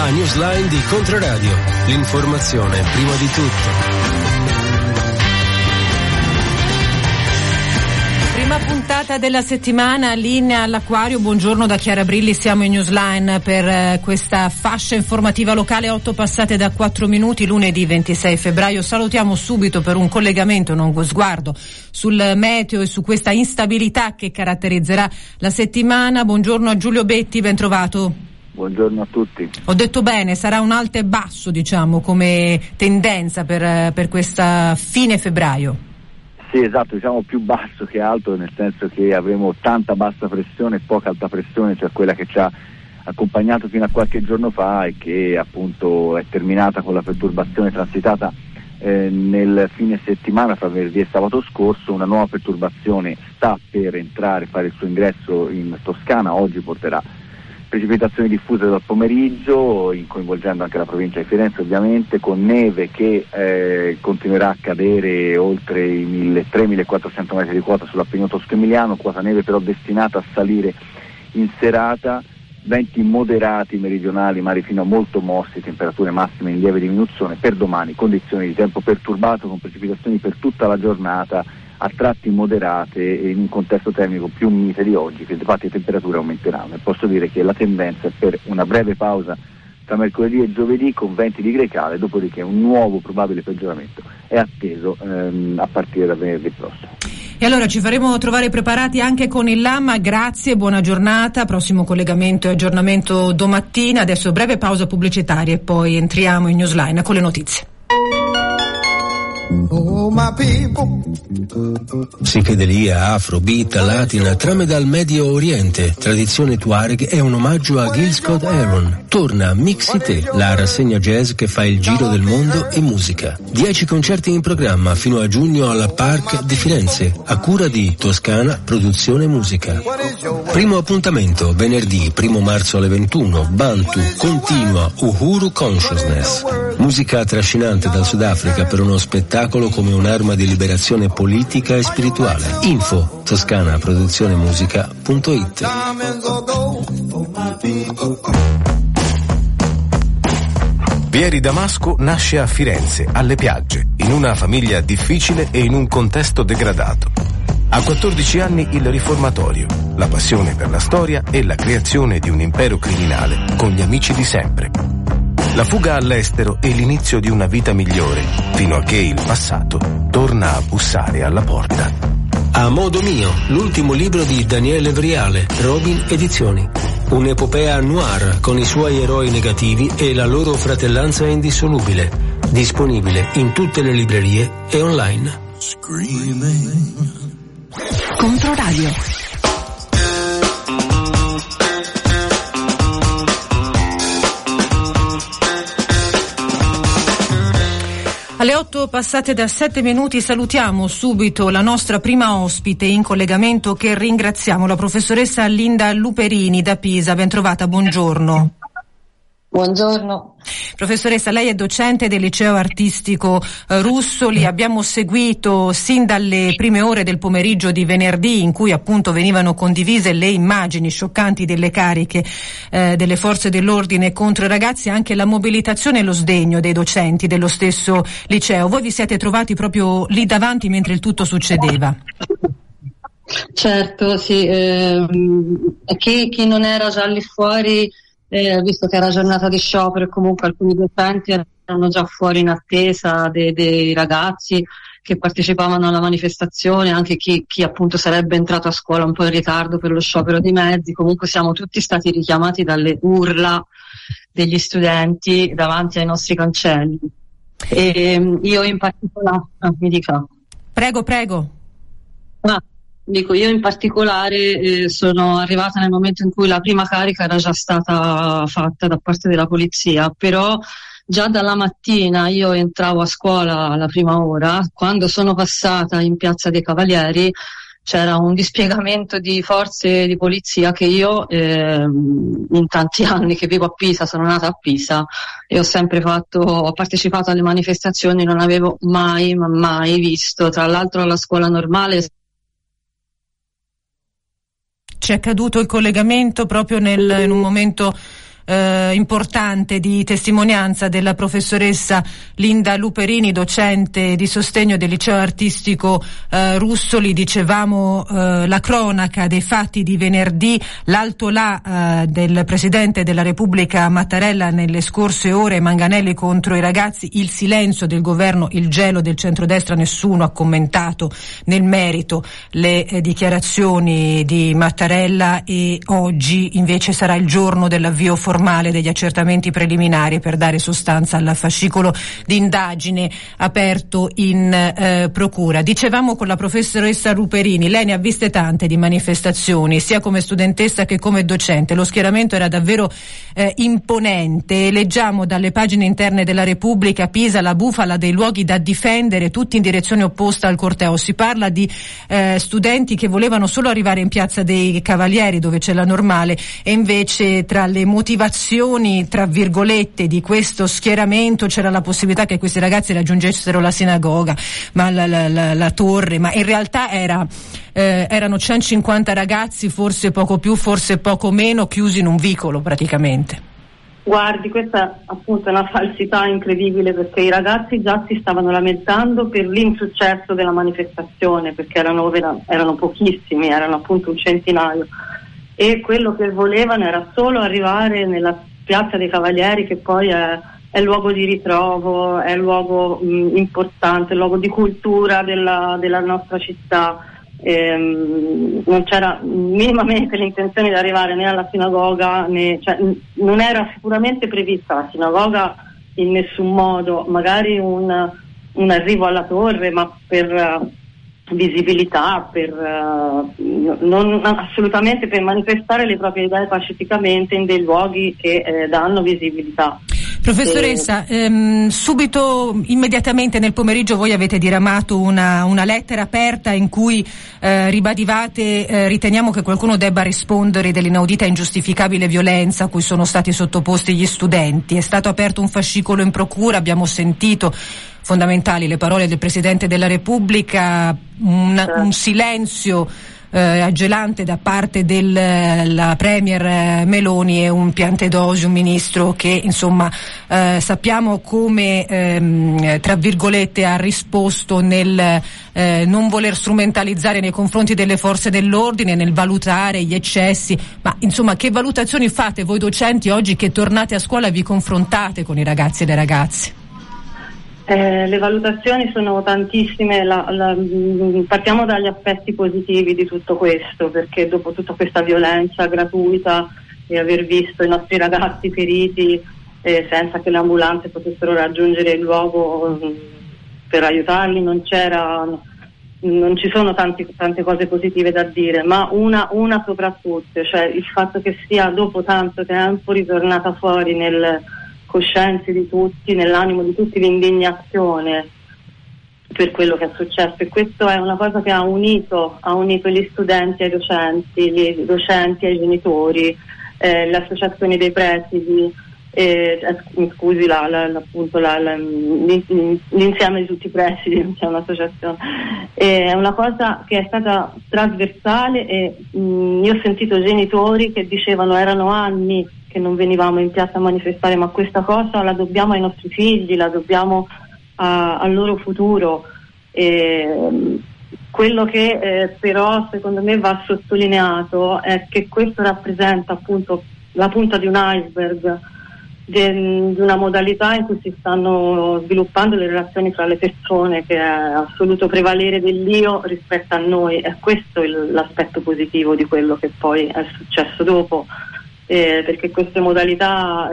La newsline di Controradio. L'informazione prima di tutto. Prima puntata della settimana, linea all'Acquario. Buongiorno da Chiara Brilli, siamo in Newsline per questa fascia informativa locale, 8 passate da 4 minuti, lunedì 26 febbraio. Salutiamo subito per un collegamento, uno sguardo sul meteo e su questa instabilità che caratterizzerà la settimana. Buongiorno a Giulio Betti, ben trovato. Buongiorno a tutti. Ho detto bene, sarà un alto e basso, diciamo, come tendenza per questa fine febbraio. Sì, esatto, diciamo più basso che alto, nel senso che avremo tanta bassa pressione e poca alta pressione, cioè quella che ci ha accompagnato fino a qualche giorno fa e che appunto è terminata con la perturbazione transitata nel fine settimana fra venerdì e sabato scorso. Una nuova perturbazione sta per entrare, fare il suo ingresso in Toscana. Oggi porterà precipitazioni diffuse dal pomeriggio, coinvolgendo anche la provincia di Firenze ovviamente, con neve che continuerà a cadere oltre i 1.300-1.400 metri di quota sull'Appennino tosco-emiliano, quota neve però destinata a salire in serata, venti moderati meridionali, mari fino a molto mossi, temperature massime in lieve diminuzione. Per domani condizioni di tempo perturbato con precipitazioni per tutta la giornata, a tratti moderate e in un contesto termico più mite di oggi, che infatti le temperature aumenteranno. E posso dire che la tendenza è per una breve pausa tra mercoledì e giovedì con venti di grecale, dopodiché un nuovo probabile peggioramento è atteso a partire da venerdì prossimo. E allora ci faremo trovare preparati anche con il Lama, grazie, buona giornata, prossimo collegamento e aggiornamento domattina. Adesso breve pausa pubblicitaria e poi entriamo in Newsline con le notizie. Oh, my people. Psichedelia, afro, beat, latina, trame dal Medio Oriente, tradizione Tuareg e un omaggio a Gil Scott-Heron. Torna Mixite, la rassegna jazz che fa il giro del mondo e musica. 10 concerti in programma fino a giugno alla Park di Firenze, a cura di Toscana Produzione Musica. Primo appuntamento, venerdì 1 marzo alle 21, Bantu, continua Uhuru Consciousness. Musica trascinante dal Sudafrica per uno spettacolo come un'arma di liberazione politica e spirituale. Info toscanaproduzionemusica.it. Pieri Damasco nasce a Firenze, alle Piagge, in una famiglia difficile e in un contesto degradato. A 14 anni il riformatorio, la passione per la storia e la creazione di un impero criminale con gli amici di sempre. La fuga all'estero e l'inizio di una vita migliore, fino a che il passato torna a bussare alla porta. A modo mio, l'ultimo libro di Daniele Vriale, Robin Edizioni. Un'epopea noir con i suoi eroi negativi e la loro fratellanza indissolubile. Disponibile in tutte le librerie e online. Controradio. Alle 8 passate da 7 minuti salutiamo subito la nostra prima ospite in collegamento, che ringraziamo, la professoressa Linda Luperini da Pisa. Ben trovata, buongiorno. Buongiorno. Professoressa, lei è docente del liceo artistico Russoli. Abbiamo seguito sin dalle prime ore del pomeriggio di venerdì, in cui appunto venivano condivise le immagini scioccanti delle cariche delle forze dell'ordine contro i ragazzi, anche la mobilitazione e lo sdegno dei docenti dello stesso liceo. Voi vi siete trovati proprio lì davanti mentre il tutto succedeva? Certo, sì. Chi non era già lì fuori, visto che era giornata di sciopero e comunque alcuni docenti erano già fuori in attesa dei ragazzi che partecipavano alla manifestazione, anche chi appunto sarebbe entrato a scuola un po' in ritardo per lo sciopero dei mezzi. Comunque siamo tutti stati richiamati dalle urla degli studenti davanti ai nostri cancelli. E io in particolare mi dica. Prego. Dico, io in particolare sono arrivata nel momento in cui la prima carica era già stata fatta da parte della polizia, però già dalla mattina io entravo a scuola alla prima ora. Quando sono passata in Piazza dei Cavalieri c'era un dispiegamento di forze di polizia che io in tanti anni che vivo a Pisa, sono nata a Pisa e ho partecipato alle manifestazioni, non avevo mai visto. Tra l'altro alla scuola normale ci è caduto il collegamento proprio in un momento importante di testimonianza della professoressa Linda Luperini, docente di sostegno del liceo artistico Russoli. Dicevamo la cronaca dei fatti di venerdì, l'alto là del Presidente della Repubblica Mattarella nelle scorse ore, manganelli contro i ragazzi, il silenzio del governo, il gelo del centrodestra, nessuno ha commentato nel merito le dichiarazioni di Mattarella, e oggi invece sarà il giorno dell'avvio formale degli accertamenti preliminari per dare sostanza al fascicolo di indagine aperto in procura. Dicevamo con la professoressa Luperini, lei ne ha viste tante di manifestazioni, sia come studentessa che come docente, lo schieramento era davvero imponente. Leggiamo dalle pagine interne della Repubblica: Pisa, la bufala dei luoghi da difendere, tutti in direzione opposta al corteo. Si parla di studenti che volevano solo arrivare in piazza dei Cavalieri, dove c'è la Normale, e invece tra le motivazioni, tra virgolette, di questo schieramento c'era la possibilità che questi ragazzi raggiungessero la sinagoga, ma la torre, ma in realtà erano 150 ragazzi, forse poco più, forse poco meno, chiusi in un vicolo praticamente. Guardi, questa appunto è una falsità incredibile, perché i ragazzi già si stavano lamentando per l'insuccesso della manifestazione, perché erano pochissimi, erano appunto un centinaio, e quello che volevano era solo arrivare nella piazza dei Cavalieri, che poi è il luogo di ritrovo, è il luogo importante, il luogo di cultura della nostra città. Non c'era minimamente l'intenzione di arrivare né alla sinagoga, cioè, non era sicuramente prevista la sinagoga in nessun modo, magari un arrivo alla torre, ma per visibilità, non assolutamente per manifestare le proprie idee pacificamente in dei luoghi che danno visibilità. Professoressa, subito, immediatamente nel pomeriggio voi avete diramato una lettera aperta in cui ribadivate riteniamo che qualcuno debba rispondere dell'inaudita e ingiustificabile violenza a cui sono stati sottoposti gli studenti. È stato aperto un fascicolo in procura, abbiamo sentito fondamentali le parole del Presidente della Repubblica, un silenzio gelante da parte della Premier Meloni e un Piantedosi, un ministro che insomma sappiamo come tra virgolette ha risposto nel non voler strumentalizzare nei confronti delle forze dell'ordine, nel valutare gli eccessi. Ma insomma, che valutazioni fate voi docenti oggi che tornate a scuola e vi confrontate con i ragazzi e le ragazze? Le valutazioni sono tantissime, partiamo dagli aspetti positivi di tutto questo, perché dopo tutta questa violenza gratuita e aver visto i nostri ragazzi feriti senza che le ambulanze potessero raggiungere il luogo per aiutarli, non ci sono tante cose positive da dire, ma una soprattutto, cioè il fatto che sia dopo tanto tempo ritornata fuori nel coscienze di tutti, nell'animo di tutti, l'indignazione per quello che è successo, e questo è una cosa che ha unito gli studenti ai docenti, gli docenti ai genitori, le associazioni dei presidi, scusi appunto l'insieme di tutti i presidi, non c'è un'associazione, è una cosa che è stata trasversale, e io ho sentito genitori che dicevano erano anni che non venivamo in piazza a manifestare, ma questa cosa la dobbiamo ai nostri figli, la dobbiamo al loro futuro. Quello che però secondo me va sottolineato è che questo rappresenta appunto la punta di un iceberg di una modalità in cui si stanno sviluppando le relazioni tra le persone, che è assoluto prevalere dell'io rispetto a noi. È questo l'aspetto positivo di quello che poi è successo dopo. Perché queste modalità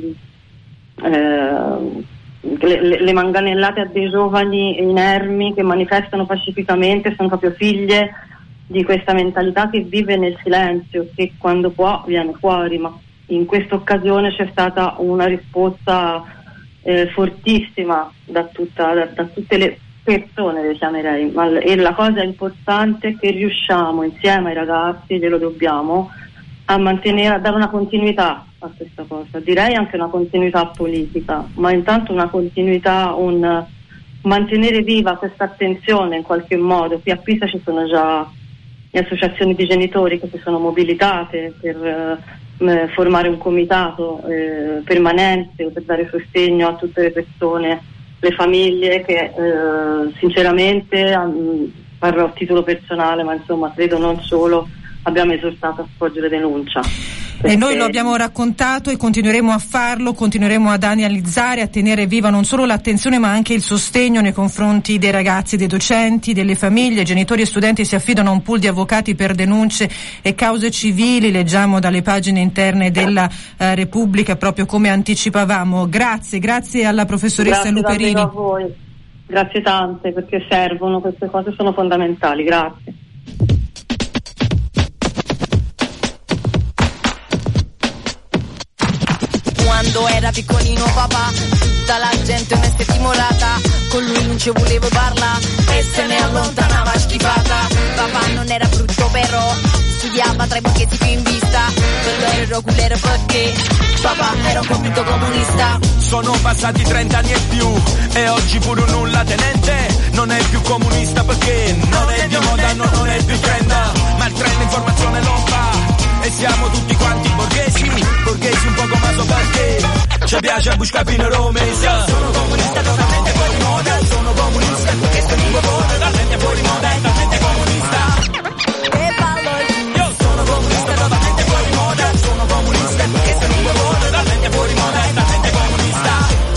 le manganellate a dei giovani inermi che manifestano pacificamente sono proprio figlie di questa mentalità che vive nel silenzio, che quando può viene fuori, ma in questa occasione c'è stata una risposta fortissima da tutte le persone, le chiamerei, e la cosa importante è che riusciamo insieme ai ragazzi, glielo dobbiamo, a mantenere, a dare una continuità a questa cosa, direi anche una continuità politica, ma intanto una continuità, mantenere viva questa attenzione in qualche modo. Qui a Pisa ci sono già associazioni di genitori che si sono mobilitate per formare un comitato permanente per dare sostegno a tutte le persone, le famiglie che sinceramente, parlo a titolo personale, ma insomma credo non solo, abbiamo esortato a svolgere denuncia. E noi lo abbiamo raccontato e continueremo a farlo, continueremo ad analizzare, a tenere viva non solo l'attenzione ma anche il sostegno nei confronti dei ragazzi, dei docenti, delle famiglie. Genitori e studenti si affidano a un pool di avvocati per denunce e cause civili, leggiamo dalle pagine interne della Repubblica, proprio come anticipavamo. Grazie alla professoressa Luperini. Grazie a voi, grazie tante, perché servono, queste cose sono fondamentali, grazie. Quando era piccolino papà, tutta la gente me si timorata, con lui non ci volevo parlare e se ne allontanava schifata. Papà non era brutto però, studiava tra i banchetti più in vista, quello era oculero perché papà era un convinto comunista. Sono passati 30 anni e più e oggi pure un nulla tenente non è più comunista perché non è di moda, non è più trend, ma il trend informazione lo fa. E siamo tutti quanti borghesi un poco maso perché ci piace buscare fino a Roma. Sono comunista totalmente fuori moda, sono comunista perché sto lingue vuote, talmente fuori moda e talmente comunista. Io sono comunista totalmente fuori moda, sono comunista perché sto lingue vuote, talmente fuori moda e talmente comunista.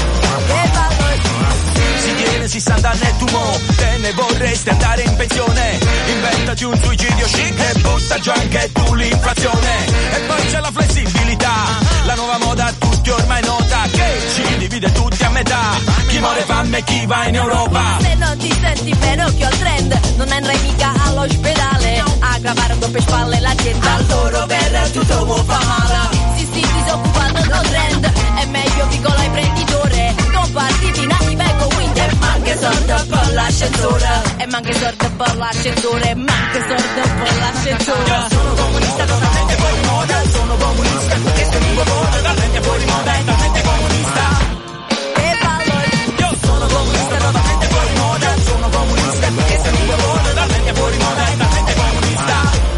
Si tiene 60 anni e tu mo te ne vorresti andare in pensione, inventati un suicidio chic e butta giù anche tu l'inflazione. E poi c'è la flessibilità, la nuova moda a tutti ormai nota, che ci divide tutti a metà, chi muore fame e chi va in Europa. Se non ti senti bene occhio al trend, non andrai mica all'ospedale a gravare un doppio spalle la gente, al loro per tutto mo fa male. Si disoccupando no trend, è meglio piccolo imprenditore, con partiti nati becco winter, ma anche sordo per l'ascensore, e ma anche sordo per l'ascensore, ma anche sordo per l'ascensore. Io sono comunista totalmente fuori moda, sono comunista perché sto lingue vuote, talmente fuori moda e talmente comunista. Io sono comunista totalmente fuori moda, sono comunista perché sto lingue vuote, talmente fuori moda e talmente comunista.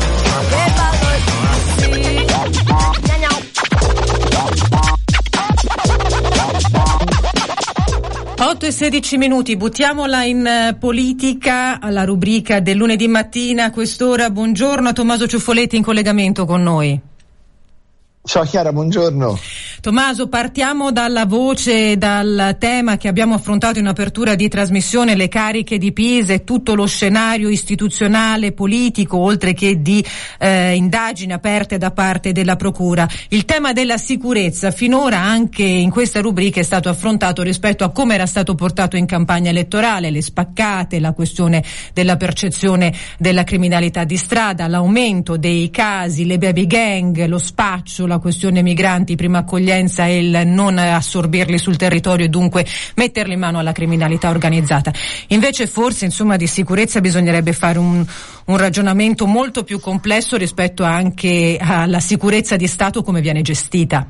8:16, buttiamola in politica, alla rubrica del lunedì mattina a quest'ora. Buongiorno a Tommaso Ciuffoletti in collegamento con noi. Ciao Chiara, buongiorno. Tommaso, partiamo dalla voce, dal tema che abbiamo affrontato in apertura di trasmissione, le cariche di Pisa e tutto lo scenario istituzionale, politico, oltre che di indagini aperte da parte della Procura. Il tema della sicurezza finora anche in questa rubrica è stato affrontato rispetto a come era stato portato in campagna elettorale, le spaccate, la questione della percezione della criminalità di strada, l'aumento dei casi, le baby gang, lo spaccio, la questione migranti, prima accoglienza e il non assorbirli sul territorio e dunque metterli in mano alla criminalità organizzata. Invece forse di sicurezza bisognerebbe fare un ragionamento molto più complesso rispetto anche alla sicurezza di Stato come viene gestita.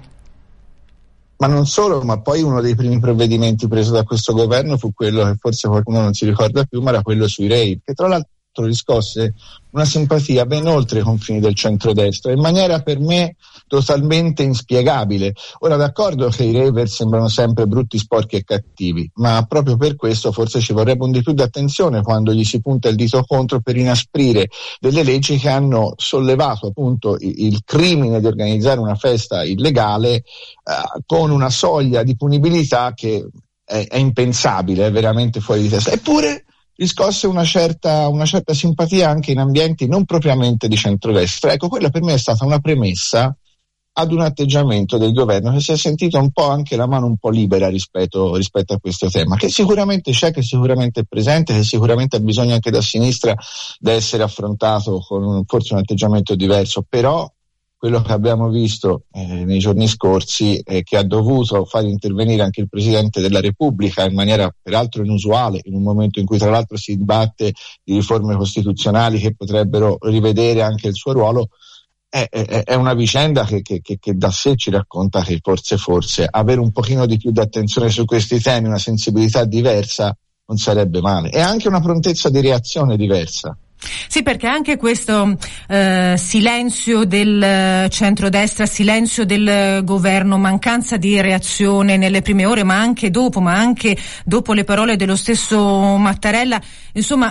Ma non solo, ma poi uno dei primi provvedimenti preso da questo governo fu quello che forse qualcuno non si ricorda più, ma era quello sui rave, che tra l'altro riscosse una simpatia ben oltre i confini del centrodestra, in maniera per me totalmente inspiegabile. Ora, d'accordo che i raver sembrano sempre brutti, sporchi e cattivi, ma proprio per questo forse ci vorrebbe un di più di attenzione quando gli si punta il dito contro per inasprire delle leggi che hanno sollevato appunto il crimine di organizzare una festa illegale con una soglia di punibilità che è impensabile, è veramente fuori di testa. Eppure riscosse una certa simpatia anche in ambienti non propriamente di centrodestra. Ecco, quella per me è stata una premessa ad un atteggiamento del governo che si è sentito un po' anche la mano un po' libera rispetto a questo tema, che sicuramente c'è, che sicuramente è presente, che sicuramente ha bisogno anche da sinistra di essere affrontato con forse un atteggiamento diverso, però quello che abbiamo visto nei giorni scorsi che ha dovuto far intervenire anche il Presidente della Repubblica in maniera peraltro inusuale, in un momento in cui tra l'altro si dibatte di riforme costituzionali che potrebbero rivedere anche il suo ruolo, è una vicenda che da sé ci racconta che forse avere un pochino di più di attenzione su questi temi, una sensibilità diversa non sarebbe male, e anche una prontezza di reazione diversa. Sì, perché anche questo silenzio del centrodestra, silenzio del governo, mancanza di reazione nelle prime ore, ma anche dopo le parole dello stesso Mattarella, insomma,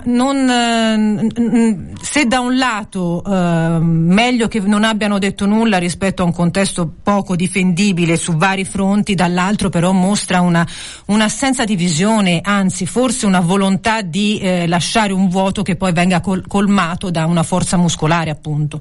se da un lato meglio che non abbiano detto nulla rispetto a un contesto poco difendibile su vari fronti, dall'altro però mostra un'assenza di visione, anzi forse una volontà di lasciare un vuoto che poi venga colmato da una forza muscolare, appunto.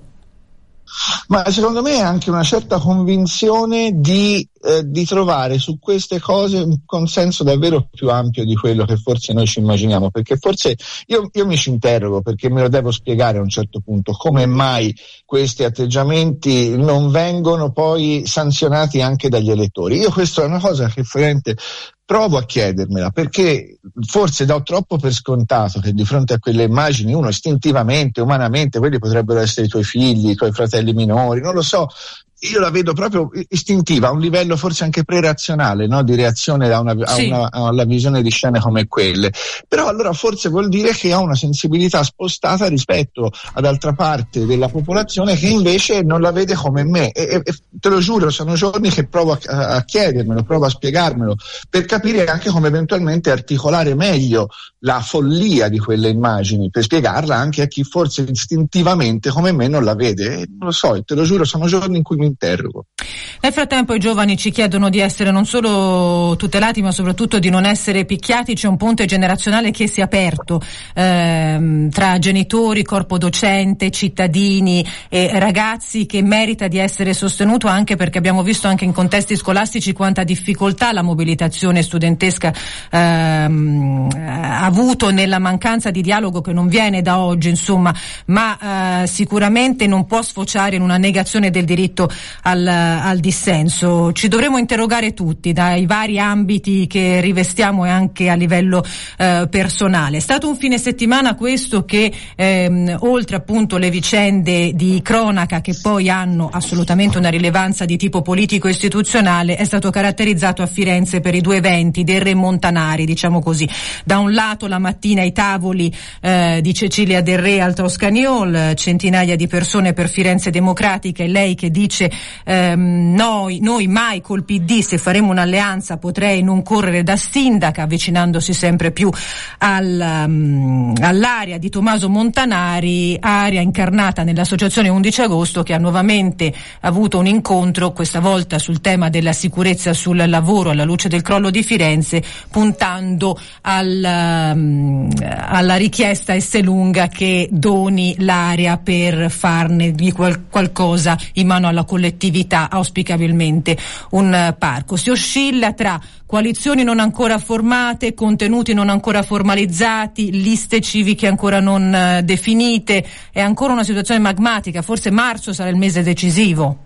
Ma secondo me è anche una certa convinzione di trovare su queste cose un consenso davvero più ampio di quello che forse noi ci immaginiamo, perché forse io mi ci interrogo, perché me lo devo spiegare a un certo punto, come mai questi atteggiamenti non vengono poi sanzionati anche dagli elettori. Io questa è una cosa che veramente provo a chiedermela, perché forse do troppo per scontato che di fronte a quelle immagini uno istintivamente, umanamente, quelli potrebbero essere i tuoi figli, i tuoi fratelli minori, non lo so, io la vedo proprio istintiva, a un livello forse anche pre-razionale, no? Di reazione alla visione di scene come quelle. Però allora forse vuol dire che ho una sensibilità spostata rispetto ad altra parte della popolazione che invece non la vede come me. E te lo giuro, sono giorni che provo a chiedermelo, provo a spiegarmelo, per capire anche come eventualmente articolare meglio la follia di quelle immagini, per spiegarla anche a chi forse istintivamente come me non la vede. E non lo so, te lo giuro, sono giorni in cui mi interrogo. Nel frattempo i giovani ci chiedono di essere non solo tutelati ma soprattutto di non essere picchiati. C'è un ponte generazionale che si è aperto tra genitori, corpo docente, cittadini e ragazzi, che merita di essere sostenuto, anche perché abbiamo visto anche in contesti scolastici quanta difficoltà la mobilitazione studentesca ha avuto nella mancanza di dialogo, che non viene da oggi, insomma, ma sicuramente non può sfociare in una negazione del diritto al dissenso. Ci dovremo interrogare tutti, dai vari ambiti che rivestiamo e anche a livello personale. È stato un fine settimana questo che oltre appunto le vicende di cronaca, che poi hanno assolutamente una rilevanza di tipo politico e istituzionale, è stato caratterizzato a Firenze per i due eventi dei re montanari, diciamo così. Da un lato la mattina i tavoli di Cecilia Del Re al Toscaniol, centinaia di persone per Firenze Democratica, e lei che dice noi mai col PD, se faremo un'alleanza potrei non correre da sindaca, avvicinandosi sempre più all'area di Tommaso Montanari, area incarnata nell'associazione 11 agosto, che ha nuovamente avuto un incontro, questa volta sul tema della sicurezza sul lavoro alla luce del crollo di Firenze, puntando alla richiesta Esselunga che doni l'area per farne di qualcosa in mano alla collettività, auspicabilmente un parco. Si oscilla tra coalizioni non ancora formate, contenuti non ancora formalizzati, liste civiche ancora non definite. È ancora una situazione magmatica, forse marzo sarà il mese decisivo.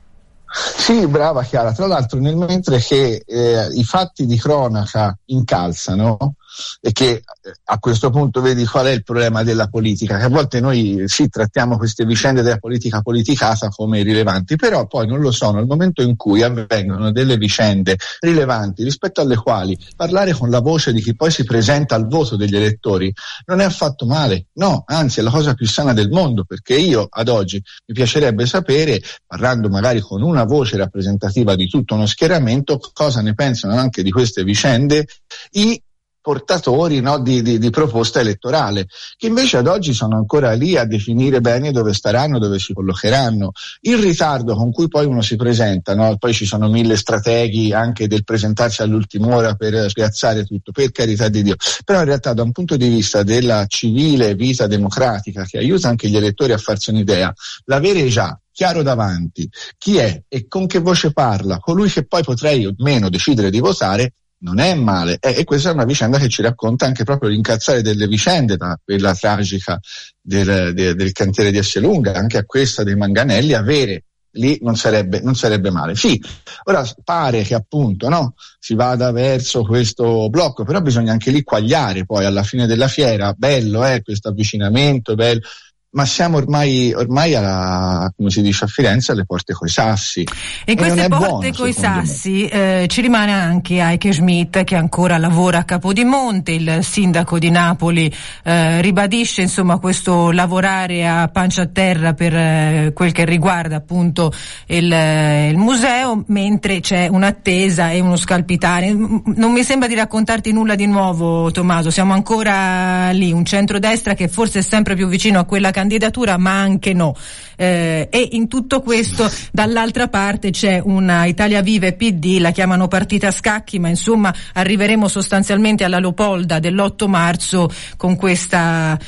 Sì, brava Chiara. Tra l'altro, nel mentre che i fatti di cronaca incalzano, e che a questo punto vedi qual è il problema della politica, che a volte noi trattiamo queste vicende della politica politicata come rilevanti, però poi non lo sono. Nel momento in cui avvengono delle vicende rilevanti rispetto alle quali parlare con la voce di chi poi si presenta al voto degli elettori non è affatto male, no, anzi è la cosa più sana del mondo, perché io ad oggi mi piacerebbe sapere, parlando magari con una voce rappresentativa di tutto uno schieramento, cosa ne pensano anche di queste vicende i portatori, no, di proposta elettorale, che invece ad oggi sono ancora lì a definire bene dove staranno, dove si collocheranno. Il ritardo con cui poi uno si presenta, no? Poi ci sono 1000 strateghi anche del presentarsi all'ultima ora per spiazzare tutto, per carità di Dio, però in realtà da un punto di vista della civile vita democratica, che aiuta anche gli elettori a farsi un'idea, l'avere già chiaro davanti chi è e con che voce parla colui che poi potrei o meno decidere di votare, non è male. E questa è una vicenda che ci racconta anche proprio l'incalzare delle vicende, da quella tragica del cantiere di Esselunga, anche a questa dei Manganelli, avere lì non sarebbe male. Sì, ora pare che appunto, no, si vada verso questo blocco, però bisogna anche lì quagliare poi alla fine della fiera. Bello questo avvicinamento, bello. ma siamo ormai come si dice a Firenze, alle porte coi sassi. E queste porte coi sassi ci rimane anche Heike Schmidt, che ancora lavora a Capodimonte. Il sindaco di Napoli ribadisce insomma questo lavorare a pancia a terra per quel che riguarda appunto il museo, mentre c'è un'attesa e uno scalpitare. Non mi sembra di raccontarti nulla di nuovo, Tommaso, siamo ancora lì, un centrodestra che forse è sempre più vicino a quella candidatura, ma anche no. E in tutto questo dall'altra parte c'è una Italia Viva e PD, la chiamano partita a scacchi, ma insomma arriveremo sostanzialmente alla Leopolda dell'8 marzo con questa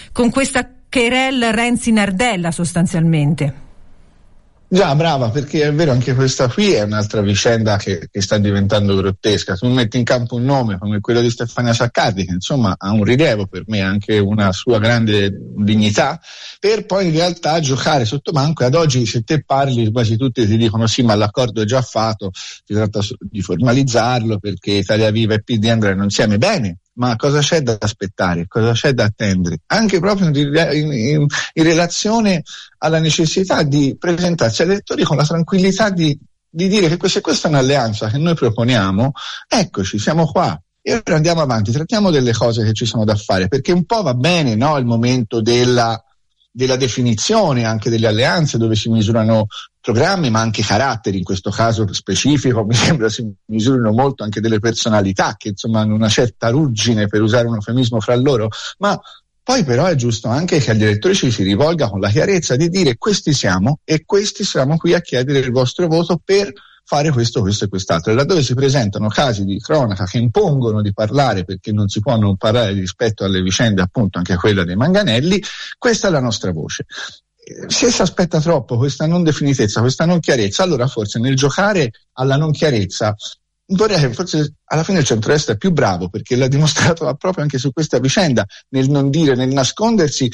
querel Renzi-Nardella sostanzialmente. Già, brava, perché è vero, anche questa qui è un'altra vicenda che sta diventando grottesca. Tu metti in campo un nome come quello di Stefania Saccardi, che insomma ha un rilievo, per me anche una sua grande dignità, per poi in realtà giocare sotto banco, e ad oggi se te parli quasi tutti ti dicono sì, ma l'accordo è già fatto, si tratta di formalizzarlo perché Italia Viva e PD andranno insieme. Bene, ma cosa c'è da aspettare? Cosa c'è da attendere? Anche proprio in relazione alla necessità di presentarsi agli elettori con la tranquillità di dire che questa è un'alleanza che noi proponiamo, eccoci, siamo qua. E ora andiamo avanti, trattiamo delle cose che ci sono da fare, perché un po' va bene, no, il momento della definizione anche delle alleanze, dove si misurano programmi ma anche caratteri. In questo caso specifico mi sembra si misurino molto anche delle personalità che insomma hanno una certa ruggine, per usare un eufemismo, fra loro, ma poi però è giusto anche che agli elettori ci si rivolga con la chiarezza di dire: questi siamo e questi siamo qui a chiedere il vostro voto per fare questo e quest'altro. E laddove si presentano casi di cronaca che impongono di parlare, perché non si può non parlare rispetto alle vicende, appunto anche quella dei Manganelli, questa è la nostra voce. Se si aspetta troppo questa non definitezza, questa non chiarezza, allora forse nel giocare alla non chiarezza vorrei che forse alla fine il centrodestra è più bravo, perché l'ha dimostrato proprio anche su questa vicenda, nel non dire, nel nascondersi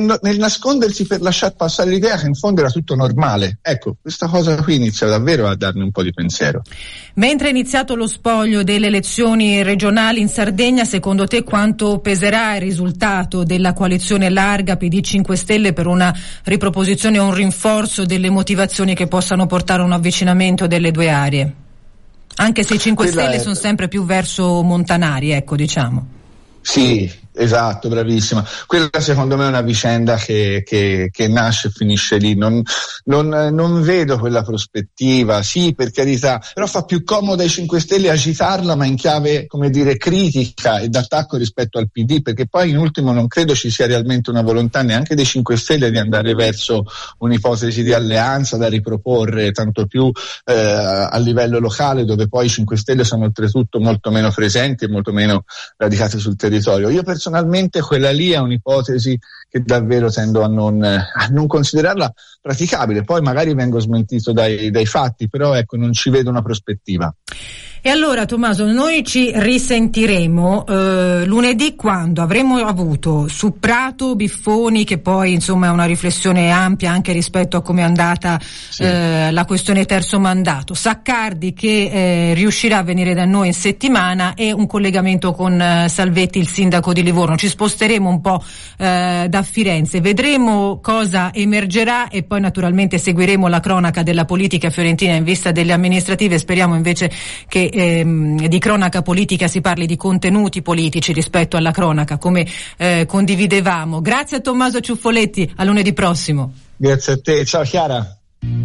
per lasciar passare l'idea che in fondo era tutto normale. Ecco, questa cosa qui inizia davvero a darmi un po' di pensiero. Mentre è iniziato lo spoglio delle elezioni regionali in Sardegna, secondo te quanto peserà il risultato della coalizione larga PD 5 Stelle per una riproposizione o un rinforzo delle motivazioni che possano portare a un avvicinamento delle due aree? Anche se i 5 Stelle sono sempre più verso montanari, ecco, diciamo. Sì, esatto, bravissima. Quella secondo me è una vicenda che nasce e finisce lì. Non vedo quella prospettiva, sì, per carità, però fa più comodo ai 5 Stelle agitarla, ma in chiave, come dire, critica e d'attacco rispetto al PD, perché poi in ultimo non credo ci sia realmente una volontà neanche dei 5 Stelle di andare verso un'ipotesi di alleanza da riproporre, tanto più a livello locale, dove poi i 5 Stelle sono oltretutto molto meno presenti e molto meno radicati sul territorio. Io personalmente quella lì è un'ipotesi che davvero tendo a non considerarla praticabile. Poi magari vengo smentito dai fatti, però ecco, non ci vedo una prospettiva. E allora, Tommaso, noi ci risentiremo lunedì, quando avremo avuto su Prato Biffoni, che poi insomma è una riflessione ampia anche rispetto a come è andata la questione terzo mandato, Saccardi che riuscirà a venire da noi in settimana, e un collegamento con Salvetti, il sindaco di Livorno. Ci sposteremo un po' da Firenze, vedremo cosa emergerà e poi naturalmente seguiremo la cronaca della politica fiorentina in vista delle amministrative. Speriamo invece che di cronaca politica si parli di contenuti politici rispetto alla cronaca, come condividevamo. Grazie a Tommaso Ciuffoletti, a lunedì prossimo. Grazie a te, ciao Chiara.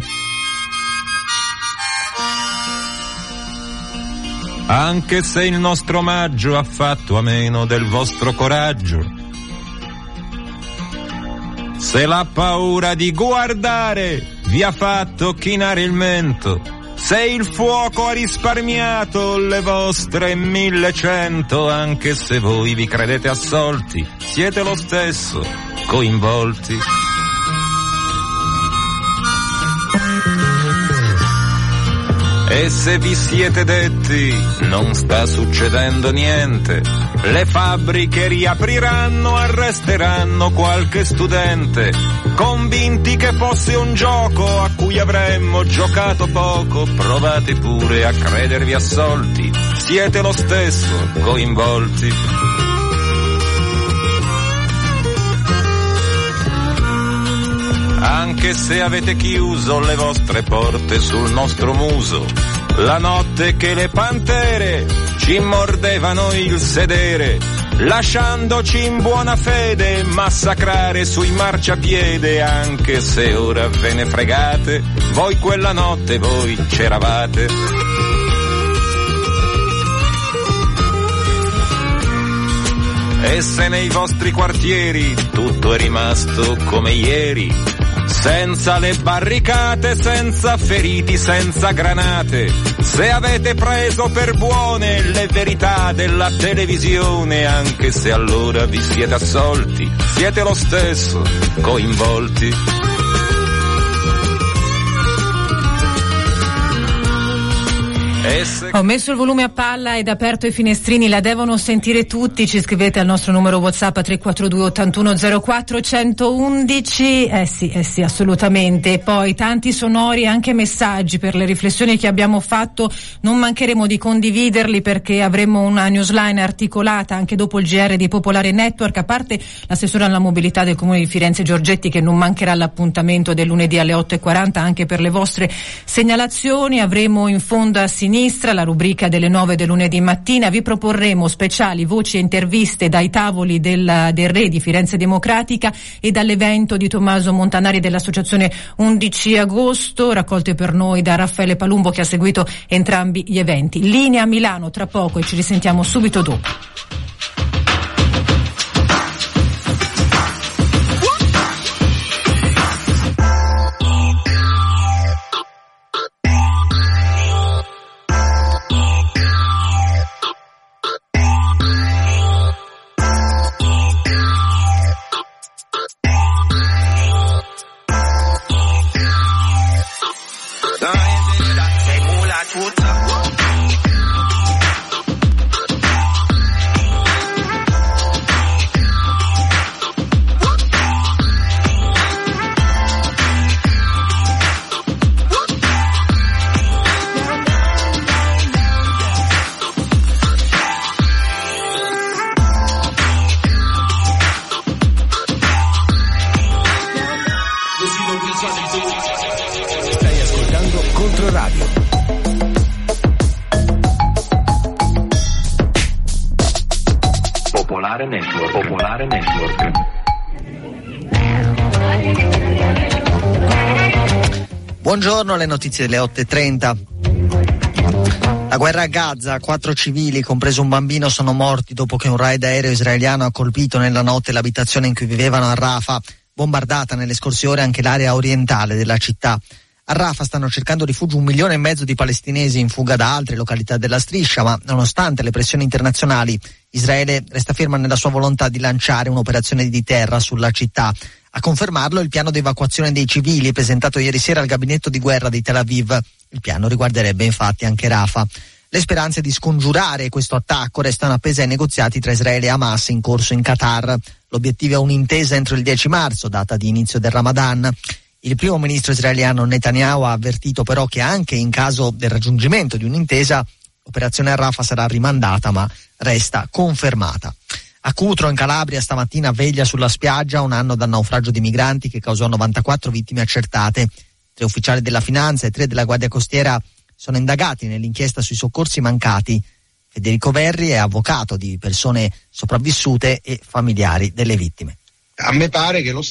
Anche se il nostro omaggio ha fatto a meno del vostro coraggio, se la paura di guardare vi ha fatto chinare il mento, se il fuoco ha risparmiato le vostre 1100, anche se voi vi credete assolti, siete lo stesso coinvolti. E se vi siete detti non sta succedendo niente, le fabbriche riapriranno, arresteranno qualche studente, convinti che fosse un gioco a cui avremmo giocato poco, provate pure a credervi assolti, siete lo stesso coinvolti. anche se avete chiuso le vostre porte sul nostro muso. La notte che le pantere ci mordevano il sedere, lasciandoci in buona fede massacrare sui marciapiede, anche se ora ve ne fregate, voi quella notte voi c'eravate. E se nei vostri quartieri tutto è rimasto come ieri, senza le barricate, senza feriti, senza granate, se avete preso per buone le verità della televisione, anche se allora vi siete assolti, siete lo stesso coinvolti. Ho messo il volume a palla ed aperto i finestrini, la devono sentire tutti. Ci scrivete al nostro numero WhatsApp 342 8104 111. Sì, assolutamente. E poi tanti sonori, anche messaggi per le riflessioni che abbiamo fatto. Non mancheremo di condividerli perché avremo una newsline articolata anche dopo il GR di Popolare Network, a parte l'assessore alla mobilità del Comune di Firenze Giorgetti, che non mancherà l'appuntamento del lunedì alle 8:40 anche per le vostre segnalazioni. Avremo in fondo a sinistra la rubrica delle 9 del lunedì mattina. Vi proporremo speciali voci e interviste dai tavoli del Re di Firenze Democratica e dall'evento di Tommaso Montanari dell'associazione 11 agosto, raccolte per noi da Raffaele Palumbo, che ha seguito entrambi gli eventi. Linea Milano tra poco e ci risentiamo subito dopo. Stai ascoltando Controradio. Popolare Network. Popolare Network. Buongiorno, le notizie delle 8:30. La guerra a Gaza, 4 civili, compreso un bambino, sono morti dopo che un raid aereo israeliano ha colpito nella notte l'abitazione in cui vivevano a Rafah. Bombardata nelle scorse ore anche l'area orientale della città. A Rafah stanno cercando rifugio 1,5 milioni di palestinesi in fuga da altre località della striscia, ma nonostante le pressioni internazionali, Israele resta ferma nella sua volontà di lanciare un'operazione di terra sulla città. A confermarlo il piano di evacuazione dei civili presentato ieri sera al gabinetto di guerra di Tel Aviv. Il piano riguarderebbe infatti anche Rafah. Le speranze di scongiurare questo attacco restano appese ai negoziati tra Israele e Hamas in corso in Qatar. L'obiettivo è un'intesa entro il 10 marzo, data di inizio del Ramadan. Il primo ministro israeliano Netanyahu ha avvertito però che anche in caso del raggiungimento di un'intesa, l'operazione a Rafah sarà rimandata ma resta confermata. A Cutro, in Calabria, stamattina veglia sulla spiaggia, un anno dal naufragio di migranti che causò 94 vittime accertate. 3 ufficiali della Finanza e 3 della Guardia Costiera sono indagati nell'inchiesta sui soccorsi mancati. Federico Verri è avvocato di persone sopravvissute e familiari delle vittime. A me pare che lo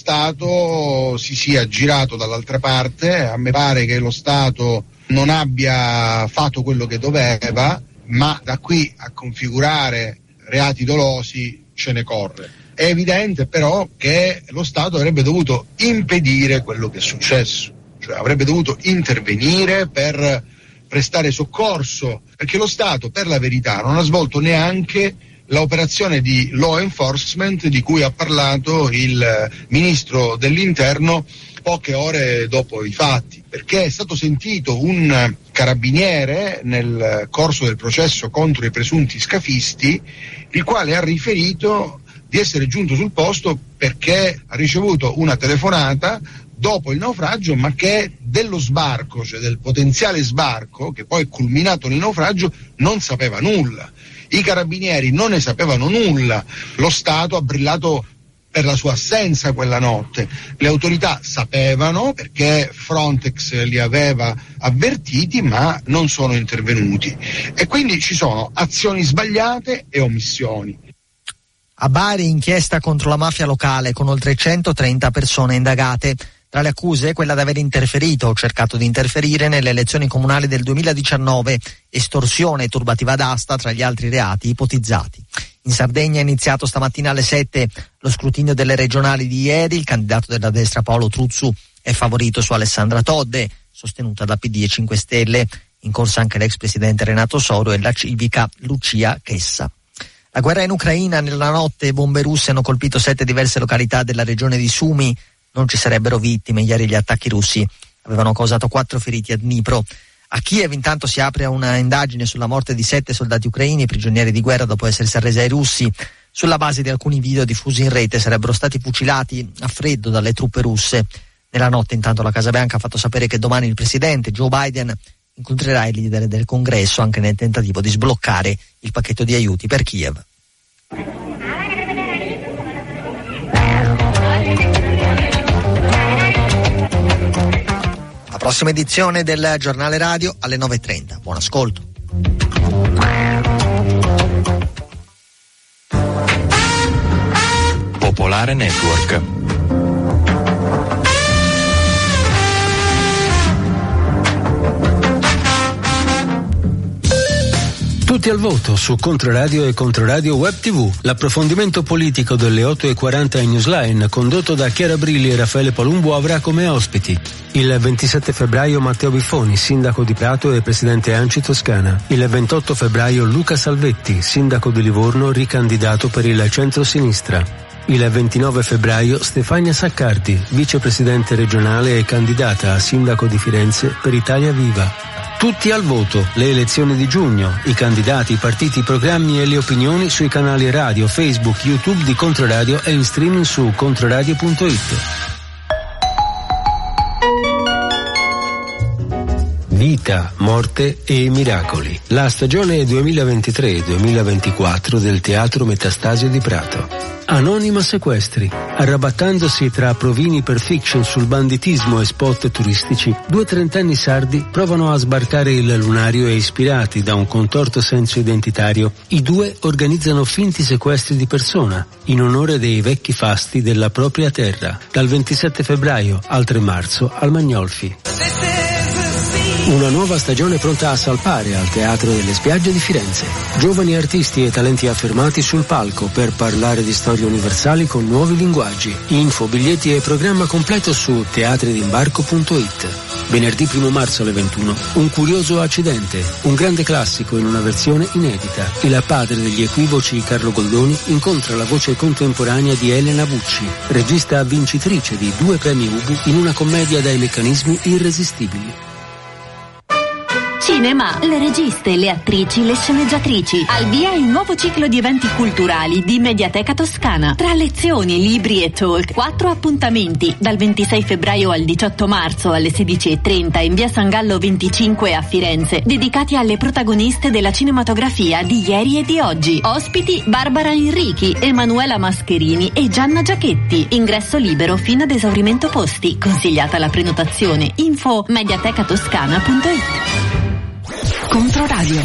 Stato si sia girato dall'altra parte, a me pare che lo Stato non abbia fatto quello che doveva, ma da qui a configurare reati dolosi ce ne corre. È evidente però che lo Stato avrebbe dovuto impedire quello che è successo, cioè avrebbe dovuto intervenire per prestare soccorso, perché lo Stato per la verità non ha svolto neanche l'operazione di law enforcement di cui ha parlato il ministro dell'Interno poche ore dopo i fatti, perché è stato sentito un carabiniere nel corso del processo contro i presunti scafisti, il quale ha riferito di essere giunto sul posto perché ha ricevuto una telefonata dopo il naufragio, ma che dello sbarco, cioè del potenziale sbarco, che poi è culminato nel naufragio, non sapeva nulla. I carabinieri non ne sapevano nulla. Lo Stato ha brillato per la sua assenza quella notte. Le autorità sapevano perché Frontex li aveva avvertiti, ma non sono intervenuti, e quindi ci sono azioni sbagliate e omissioni. A Bari inchiesta contro la mafia locale con oltre 130 persone indagate. Tra le accuse quella di aver interferito o cercato di interferire nelle elezioni comunali del 2019, estorsione e turbativa d'asta tra gli altri reati ipotizzati. In Sardegna è iniziato stamattina alle 7 lo scrutinio delle regionali di ieri. Il candidato della destra Paolo Truzzu è favorito su Alessandra Todde, sostenuta da PD e 5 Stelle. In corsa anche l'ex presidente Renato Soro e la civica Lucia Chessa. La guerra in Ucraina, nella notte bombe russe hanno colpito 7 diverse località della regione di Sumi. Non ci sarebbero vittime, ieri gli attacchi russi avevano causato 4 feriti a Dnipro. A Kiev intanto si apre una indagine sulla morte di 7 soldati ucraini prigionieri di guerra dopo essersi arresi ai russi. Sulla base di alcuni video diffusi in rete sarebbero stati fucilati a freddo dalle truppe russe. Nella notte intanto la Casa Bianca ha fatto sapere che domani il presidente Joe Biden incontrerà i leader del Congresso anche nel tentativo di sbloccare il pacchetto di aiuti per Kiev. La prossima edizione del giornale radio alle 9:30. Buon ascolto. Popolare Network. Tutti al voto su Controradio e Controradio Web TV. L'approfondimento politico delle 8:40 in Newsline, condotto da Chiara Brilli e Raffaele Palumbo, avrà come ospiti il 27 febbraio Matteo Biffoni, sindaco di Prato e presidente ANCI Toscana. Il 28 febbraio Luca Salvetti, sindaco di Livorno, ricandidato per il centro-sinistra. Il 29 febbraio Stefania Saccardi, vicepresidente regionale e candidata a sindaco di Firenze per Italia Viva. Tutti al voto, le elezioni di giugno, i candidati, i partiti, i programmi e le opinioni sui canali radio, Facebook, YouTube di Controradio e in streaming su controradio.it. Vita, morte e miracoli. La stagione 2023-2024 del Teatro Metastasio di Prato. Anonima Sequestri. Arrabattandosi tra provini per fiction sul banditismo e spot turistici, 2 trentenni sardi provano a sbarcare il lunario e, ispirati da un contorto senso identitario, i 2 organizzano finti sequestri di persona in onore dei vecchi fasti della propria terra, dal 27 febbraio al 3 marzo al Magnolfi. Una nuova stagione pronta a salpare al Teatro delle Spiagge di Firenze. Giovani artisti e talenti affermati sul palco per parlare di storie universali con nuovi linguaggi. Info, biglietti e programma completo su teatridimbarco.it. Venerdì 1 marzo alle 21. Un curioso accidente, un grande classico in una versione inedita. Il padre degli equivoci Carlo Goldoni incontra la voce contemporanea di Elena Bucci, regista vincitrice di 2 premi Ubu in una commedia dai meccanismi irresistibili. Cinema, le registe, le attrici, le sceneggiatrici. Al via il nuovo ciclo di eventi culturali di Mediateca Toscana. Tra lezioni, libri e talk, 4 appuntamenti dal 26 febbraio al 18 marzo alle 16:30 in via San Gallo 25 a Firenze, dedicati alle protagoniste della cinematografia di ieri e di oggi. Ospiti Barbara Enrichi, Emanuela Mascherini e Gianna Giachetti. Ingresso libero fino ad esaurimento posti. Consigliata la prenotazione. Info mediatekatoscana.it. Controradio.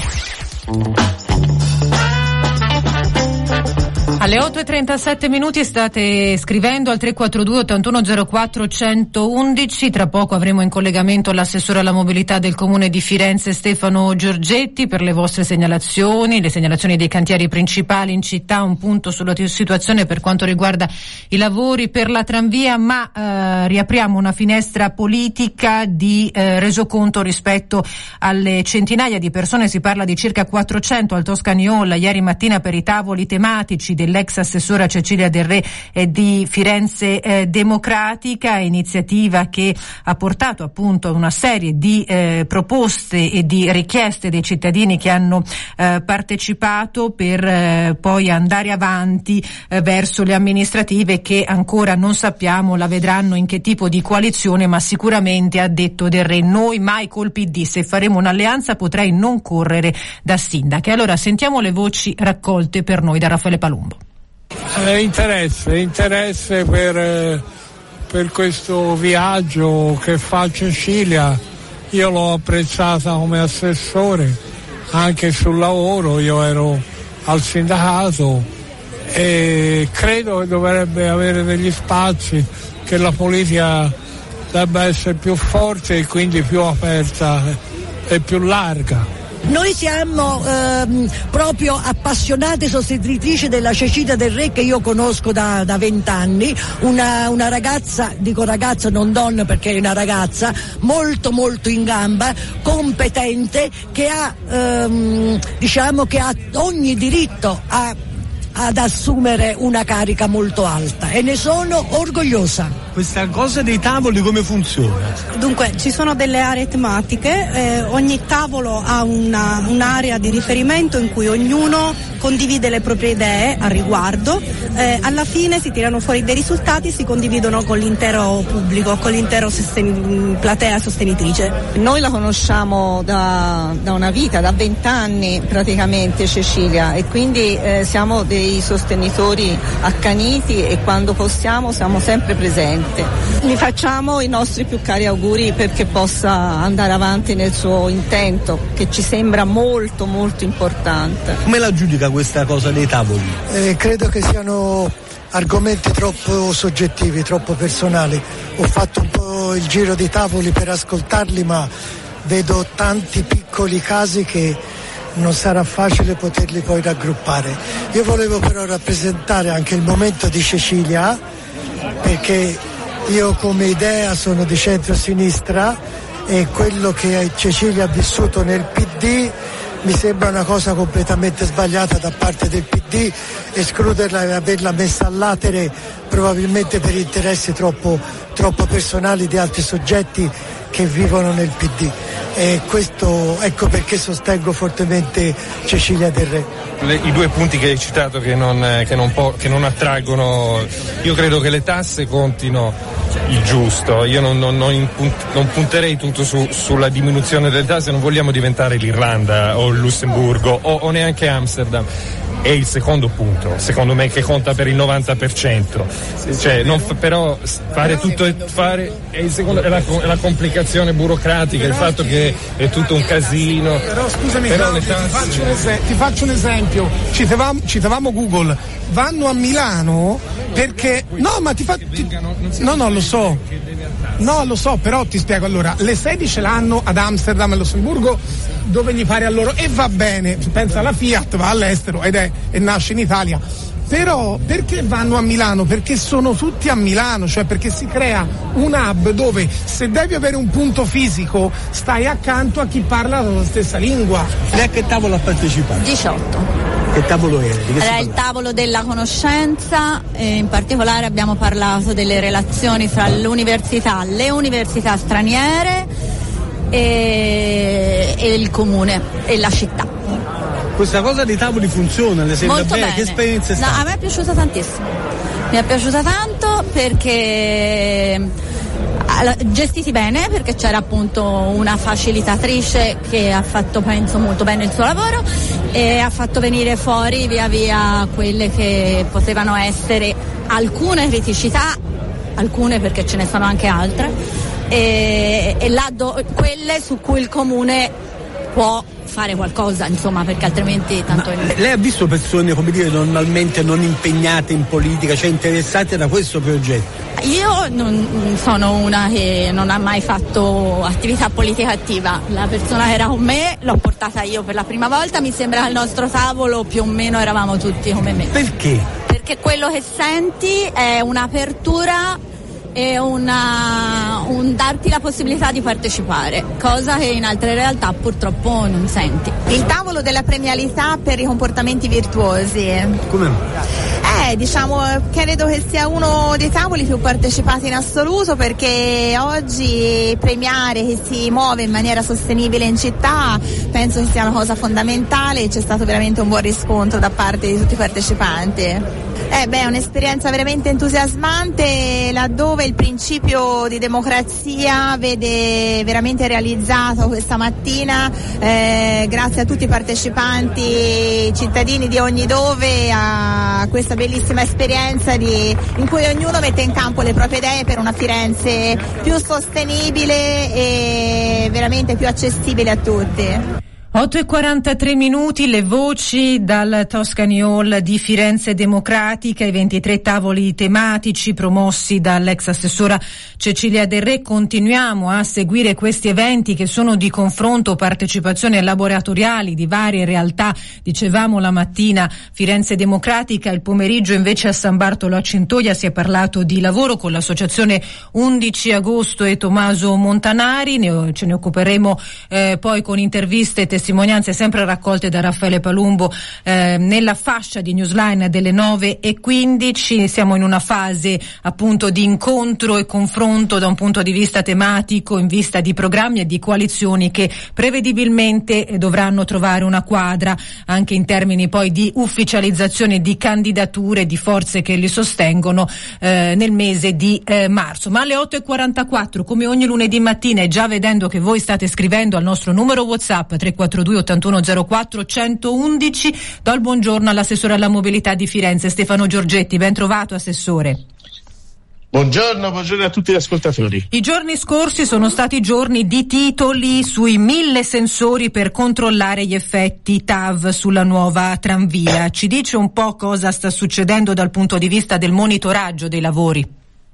Alle 8:37 state scrivendo al 342 8104 111. Tra poco avremo in collegamento l'assessore alla mobilità del Comune di Firenze Stefano Giorgetti per le vostre segnalazioni, le segnalazioni dei cantieri principali in città, un punto sulla situazione per quanto riguarda i lavori per la tranvia, ma riapriamo una finestra politica di resoconto rispetto alle centinaia di persone. Si parla di circa 400 al Toscani Hall ieri mattina per i tavoli tematici dell'ex assessora Cecilia Del Re di Firenze Democratica, iniziativa che ha portato appunto una serie di proposte e di richieste dei cittadini che hanno partecipato per poi andare avanti verso le amministrative che ancora non sappiamo la vedranno in che tipo di coalizione, ma sicuramente, ha detto Del Re, noi mai col PD, se faremo un'alleanza potrei non correre da sindaca. Allora sentiamo le voci raccolte per noi da Raffaele Palumbo. Interesse per questo viaggio che fa a Cecilia. Io l'ho apprezzata come assessore anche sul lavoro, io ero al sindacato e credo che dovrebbe avere degli spazi, che la politica debba essere più forte e quindi più aperta e più larga. Noi siamo proprio appassionate sostenitrici della Cecilia del Re, che io conosco da 20 anni, una ragazza, dico ragazza non donna perché è una ragazza, molto molto in gamba, competente, che ha che ha ogni diritto ad assumere una carica molto alta e ne sono orgogliosa. Questa cosa dei tavoli come funziona? Dunque ci sono delle aree tematiche, ogni tavolo ha un'area di riferimento in cui ognuno condivide le proprie idee a riguardo, alla fine si tirano fuori dei risultati, si condividono con l'intero pubblico, con l'intero platea sostenitrice. Noi la conosciamo da una vita, da 20 anni praticamente Cecilia, e quindi siamo dei sostenitori accaniti e quando possiamo siamo sempre presenti. Gli facciamo i nostri più cari auguri perché possa andare avanti nel suo intento, che ci sembra molto molto importante. Come la giudica questa cosa dei tavoli? Credo che siano argomenti troppo soggettivi, troppo personali. Ho fatto un po' il giro dei tavoli per ascoltarli, ma vedo tanti piccoli casi che non sarà facile poterli poi raggruppare. Io volevo però rappresentare anche il momento di Cecilia, perché io come idea sono di centro-sinistra e quello che Cecilia ha vissuto nel PD mi sembra una cosa completamente sbagliata da parte del PD, escluderla e averla messa all'atere probabilmente per interessi troppo personali di altri soggetti che vivono nel PD. E questo, ecco perché sostengo fortemente Cecilia del Re. I due punti che hai citato che non attraggono, io credo che le tasse contino il giusto, io non punterei tutto sulla diminuzione delle tasse, non vogliamo diventare l'Irlanda o il Lussemburgo o neanche Amsterdam. È il secondo punto, secondo me, che conta per il 90%. Cioè, però fare tutto è il secondo, è la complicazione burocratica, il fatto che è tutto un casino. Però scusami, ti faccio un esempio. Citavamo Google. Vanno a Milano perché lo so, però ti spiego. Allora, le sedi ce l'hanno ad Amsterdam e Lussemburgo, dove gli pare a loro, e va bene, pensa alla Fiat, va all'estero e nasce in Italia. Però perché vanno a Milano? Perché sono tutti a Milano, cioè perché si crea un hub dove se devi avere un punto fisico stai accanto a chi parla la stessa lingua. Lei a che tavolo ha partecipato? 18. Che tavolo era? Era il tavolo della conoscenza, in particolare abbiamo parlato delle relazioni fra l'università, le università straniere e il comune e la città. Questa cosa dei tavoli funziona, le sembra molto bene? Che esperienza è stata? No, a me è piaciuta tantissimo. Mi è piaciuta tanto perché gestiti bene, perché c'era appunto una facilitatrice che ha fatto, penso, molto bene il suo lavoro e ha fatto venire fuori via via quelle che potevano essere alcune criticità, alcune perché ce ne sono anche altre, e quelle su cui il comune può fare qualcosa, insomma, perché altrimenti tanto. Lei ha visto persone, come dire, normalmente non impegnate in politica, cioè interessate da questo progetto? Io non sono una che non ha mai fatto attività politica attiva. La persona che era con me l'ho portata io per la prima volta, mi sembra che al nostro tavolo più o meno eravamo tutti come me. Perché? Perché quello che senti è un'apertura e un darti la possibilità di partecipare, cosa che in altre realtà purtroppo non senti. Il tavolo della premialità per i comportamenti virtuosi. Come? Diciamo, credo che sia uno dei tavoli più partecipati in assoluto, perché oggi premiare chi si muove in maniera sostenibile in città penso che sia una cosa fondamentale e c'è stato veramente un buon riscontro da parte di tutti i partecipanti. È un'esperienza veramente entusiasmante, laddove il principio di democrazia vede veramente realizzato questa mattina, grazie a tutti i partecipanti, cittadini di ogni dove, a questa bellissima esperienza in cui ognuno mette in campo le proprie idee per una Firenze più sostenibile e veramente più accessibile a tutti. 8:43, le voci dal Toscani Hall di Firenze Democratica, i 23 tavoli tematici promossi dall'ex assessora Cecilia Del Re. Continuiamo a seguire questi eventi che sono di confronto, partecipazione laboratoriali di varie realtà. Dicevamo la mattina Firenze Democratica, il pomeriggio invece a San Bartolo a Centoia si è parlato di lavoro con l'associazione 11 agosto e Tommaso Montanari. Ce ne occuperemo poi con interviste e testimonianze sempre raccolte da Raffaele Palumbo nella fascia di Newsline delle 9:15. Siamo in una fase appunto di incontro e confronto da un punto di vista tematico in vista di programmi e di coalizioni che prevedibilmente dovranno trovare una quadra anche in termini poi di ufficializzazione di candidature di forze che li sostengono nel mese di marzo. Ma alle 8:44, come ogni lunedì mattina, e già vedendo che voi state scrivendo al nostro numero WhatsApp 342 8104 111, do il buongiorno all'assessore alla mobilità di Firenze Stefano Giorgetti. Ben trovato, assessore. Buongiorno a tutti gli ascoltatori. I giorni scorsi sono stati giorni di titoli sui 1000 sensori per controllare gli effetti TAV sulla nuova tranvia. Ci dice un po' cosa sta succedendo dal punto di vista del monitoraggio dei lavori?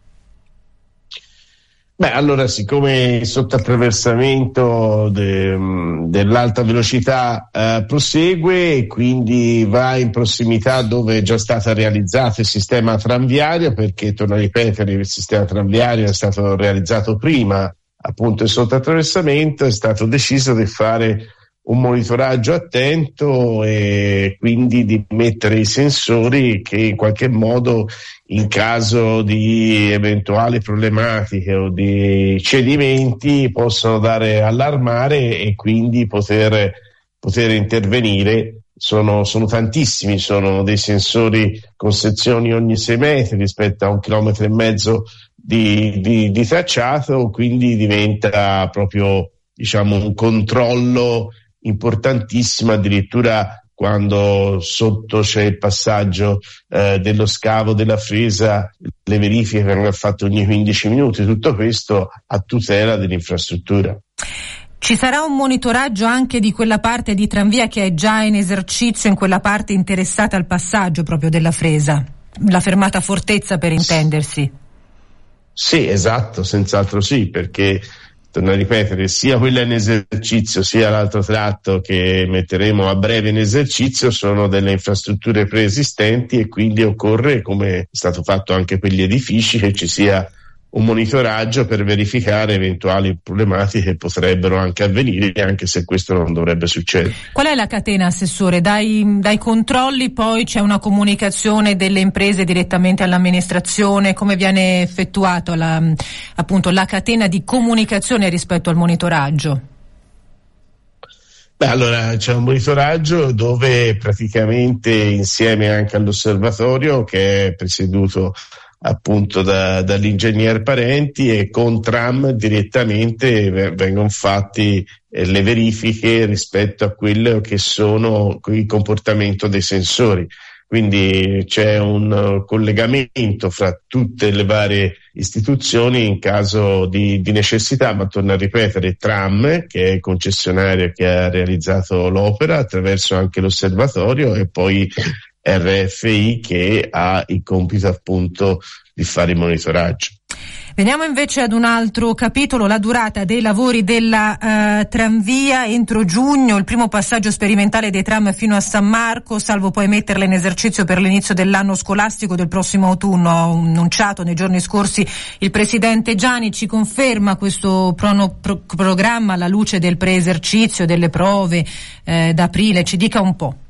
Allora, siccome il sottoattraversamento dell'alta velocità prosegue e quindi va in prossimità dove è già stato realizzato il sistema tranviario, perché, torno a ripetere, il sistema tranviario è stato realizzato prima appunto il sottoattraversamento, è stato deciso di fare un monitoraggio attento e quindi di mettere i sensori che in qualche modo, in caso di eventuali problematiche o di cedimenti, possono dare allarmare e quindi poter intervenire. Sono tantissimi, sono dei sensori con sezioni ogni 6 metri rispetto a 1,5 chilometri di tracciato, quindi diventa proprio, un controllo importantissimo, addirittura quando sotto c'è il passaggio dello scavo della fresa, le verifiche vengono fatte ogni 15 minuti, tutto questo a tutela dell'infrastruttura. Ci sarà un monitoraggio anche di quella parte di tranvia che è già in esercizio, in quella parte interessata al passaggio proprio della fresa, la fermata Fortezza per intendersi? Sì, esatto, senz'altro sì, perché torno a ripetere, sia quella in esercizio sia l'altro tratto che metteremo a breve in esercizio sono delle infrastrutture preesistenti e quindi occorre, come è stato fatto anche per gli edifici, che ci sia un monitoraggio per verificare eventuali problematiche che potrebbero anche avvenire, anche se questo non dovrebbe succedere. Qual è la catena, assessore? Dai controlli poi c'è una comunicazione delle imprese direttamente all'amministrazione? Come viene effettuata la catena di comunicazione rispetto al monitoraggio? Allora c'è un monitoraggio dove praticamente, insieme anche all'osservatorio che è presieduto appunto dall'ingegner Parenti, e con Tram direttamente vengono fatti le verifiche rispetto a quello che sono il comportamento dei sensori. Quindi c'è un collegamento fra tutte le varie istituzioni in caso di necessità, ma torno a ripetere, Tram, che è il concessionario che ha realizzato l'opera, attraverso anche l'osservatorio, e poi RFI che ha il compito appunto di fare il monitoraggio. Veniamo invece ad un altro capitolo, la durata dei lavori della tranvia. Entro giugno il primo passaggio sperimentale dei tram fino a San Marco, salvo poi metterla in esercizio per l'inizio dell'anno scolastico del prossimo autunno. Ha annunciato nei giorni scorsi il presidente Giani. Ci conferma questo programma alla luce del preesercizio, delle prove d'aprile? Ci dica un po'.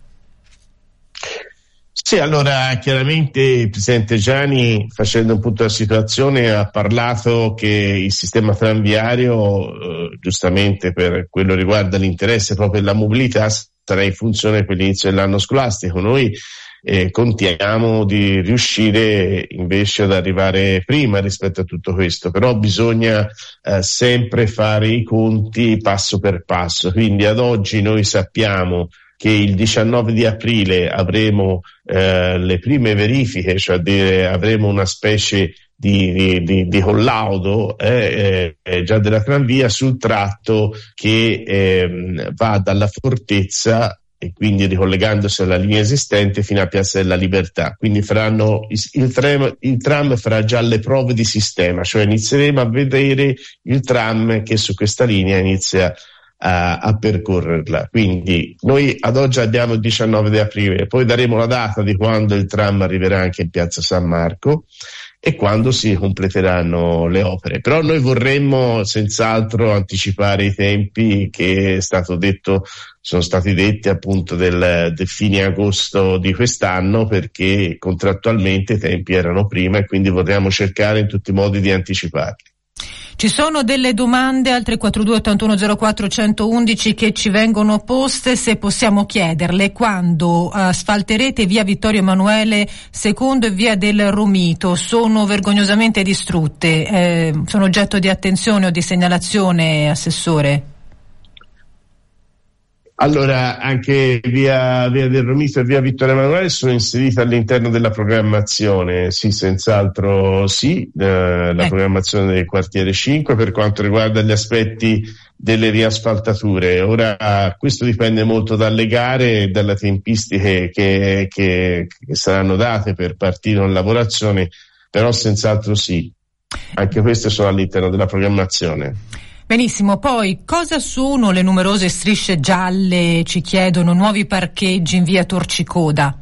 Sì, allora chiaramente il presidente Giani, facendo un punto della situazione, ha parlato che il sistema tranviario, giustamente per quello riguarda l'interesse proprio della mobilità, sarà in funzione per l'inizio dell'anno scolastico. Noi contiamo di riuscire invece ad arrivare prima rispetto a tutto questo, però bisogna sempre fare i conti passo per passo. Quindi ad oggi noi sappiamo che il 19 di aprile avremo le prime verifiche, cioè avremo una specie di collaudo già della tranvia sul tratto che va dalla fortezza e quindi ricollegandosi alla linea esistente fino a Piazza della Libertà. Quindi il tram farà già le prove di sistema, cioè inizieremo a vedere il tram che su questa linea inizia a percorrerla. Quindi noi ad oggi abbiamo il 19 di aprile, poi daremo la data di quando il tram arriverà anche in Piazza San Marco e quando si completeranno le opere. Però noi vorremmo senz'altro anticipare i tempi che sono stati detti appunto del fine agosto di quest'anno, perché contrattualmente i tempi erano prima e quindi vorremmo cercare in tutti i modi di anticiparli. Ci sono delle domande al 342 81 04 111 che ci vengono poste, se possiamo chiederle: quando asfalterete via Vittorio Emanuele II e via del Romito? Sono vergognosamente distrutte, sono oggetto di attenzione o di segnalazione, Assessore? Allora, anche via del Romito e via Vittorio Emanuele sono inserite all'interno della programmazione, sì, senz'altro sì, la programmazione del quartiere 5 per quanto riguarda gli aspetti delle riasfaltature. Ora, questo dipende molto dalle gare e dalle tempistiche che saranno date per partire in lavorazione, però senz'altro sì, anche queste sono all'interno della programmazione. Benissimo, poi cosa sono le numerose strisce gialle? Ci chiedono nuovi parcheggi in via Torcicoda.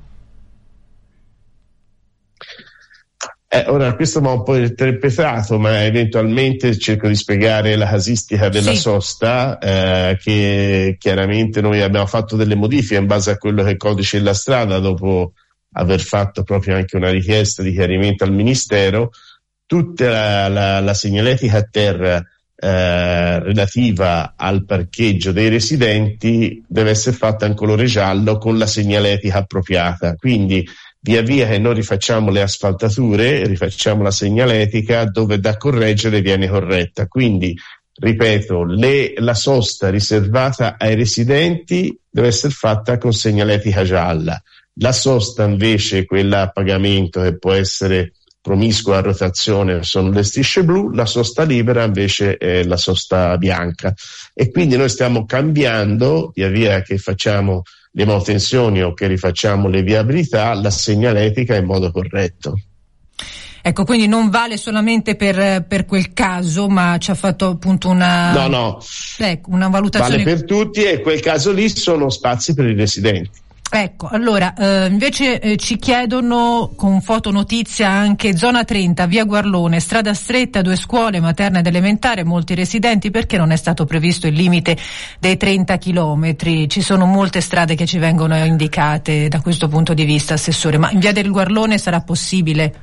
Ora questo mi ha un po' interpretato, ma eventualmente cerco di spiegare la casistica della sosta, che chiaramente noi abbiamo fatto delle modifiche in base a quello che è il codice della strada, dopo aver fatto proprio anche una richiesta di chiarimento al Ministero. Tutta la segnaletica a terra relativa al parcheggio dei residenti deve essere fatta in colore giallo con la segnaletica appropriata, quindi via via che noi rifacciamo le asfaltature, rifacciamo la segnaletica, dove da correggere viene corretta. Quindi ripeto, la sosta riservata ai residenti deve essere fatta con segnaletica gialla, la sosta invece, quella a pagamento, che può essere promiscua a rotazione, sono le strisce blu, la sosta libera invece è la sosta bianca, e quindi noi stiamo cambiando via via che facciamo le manutenzioni o che rifacciamo le viabilità, la segnaletica in modo corretto. Ecco, quindi non vale solamente per quel caso, ma ci ha fatto appunto una una valutazione. Vale per tutti, e quel caso lì sono spazi per i residenti. Ecco, allora invece ci chiedono con fotonotizia anche zona 30, via Guarlone, strada stretta, 2 scuole, materna ed elementare, molti residenti, perché non è stato previsto il limite dei 30 chilometri? Ci sono molte strade che ci vengono indicate da questo punto di vista, Assessore, ma in via del Guarlone sarà possibile?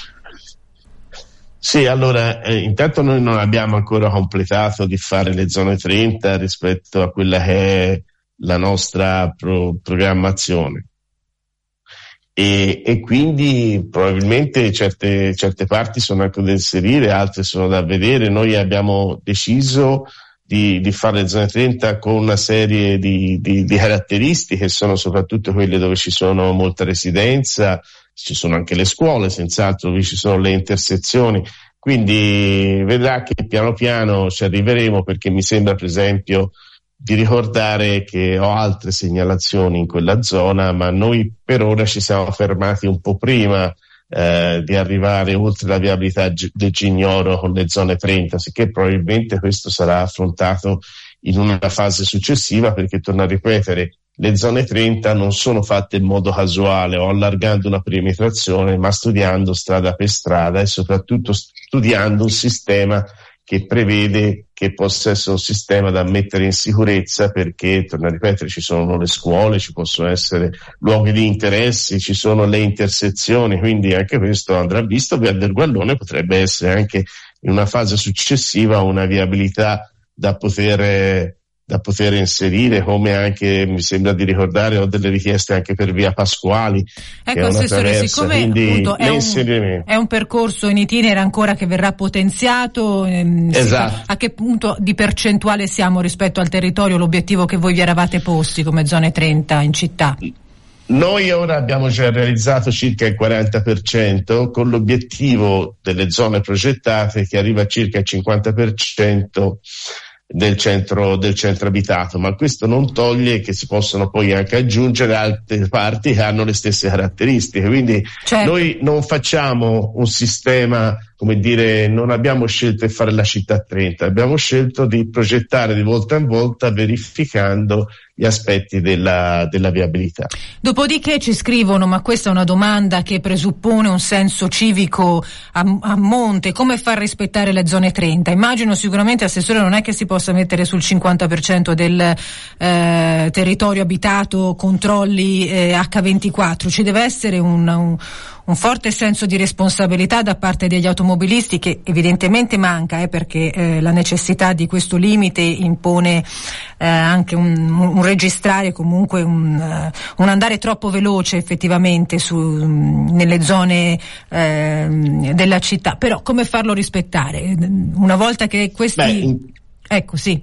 Sì, allora intanto noi non abbiamo ancora completato di fare le zone 30 rispetto a quella che è la nostra programmazione, e quindi probabilmente certe parti sono anche da inserire, altre sono da vedere. Noi abbiamo deciso di fare le zone 30 con una serie di caratteristiche, sono soprattutto quelle dove ci sono molta residenza, ci sono anche le scuole, senz'altro dove ci sono le intersezioni, quindi vedrà che piano piano ci arriveremo, perché mi sembra per esempio di ricordare che ho altre segnalazioni in quella zona, ma noi per ora ci siamo fermati un po' prima di arrivare oltre la viabilità del Gignoro con le zone 30, sicché probabilmente questo sarà affrontato in una fase successiva, perché torno a ripetere, le zone 30 non sono fatte in modo casuale o allargando una perimetrazione, ma studiando strada per strada e soprattutto studiando un sistema che prevede che possa essere un sistema da mettere in sicurezza, perché, torno a ripetere, ci sono le scuole, ci possono essere luoghi di interessi, ci sono le intersezioni, quindi anche questo andrà visto. Via del Guarlone potrebbe essere anche in una fase successiva una viabilità da poter da poter inserire, come anche mi sembra di ricordare ho delle richieste anche per via Pasquali. Ecco, Assessore, siccome appunto è un percorso in itinere ancora che verrà potenziato, esatto. A che punto di percentuale siamo rispetto al territorio, l'obiettivo che voi vi eravate posti come zone 30 in città? Noi ora abbiamo già realizzato circa il 40%, con l'obiettivo delle zone progettate che arriva a circa il 50% del centro abitato, ma questo non toglie che si possono poi anche aggiungere altre parti che hanno le stesse caratteristiche, quindi certo. Noi non facciamo un sistema, come dire, non abbiamo scelto di fare la città 30, abbiamo scelto di progettare di volta in volta verificando gli aspetti della viabilità. Dopodiché ci scrivono, ma questa è una domanda che presuppone un senso civico a monte, come far rispettare le zone 30? Immagino sicuramente, Assessore, non è che si possa mettere sul 50% del territorio abitato controlli H24, ci deve essere un forte senso di responsabilità da parte degli automobilisti, che evidentemente manca, perché la necessità di questo limite impone anche un registrare comunque un andare troppo veloce effettivamente nelle zone della città. Però come farlo rispettare? Una volta che questi... Ecco, sì.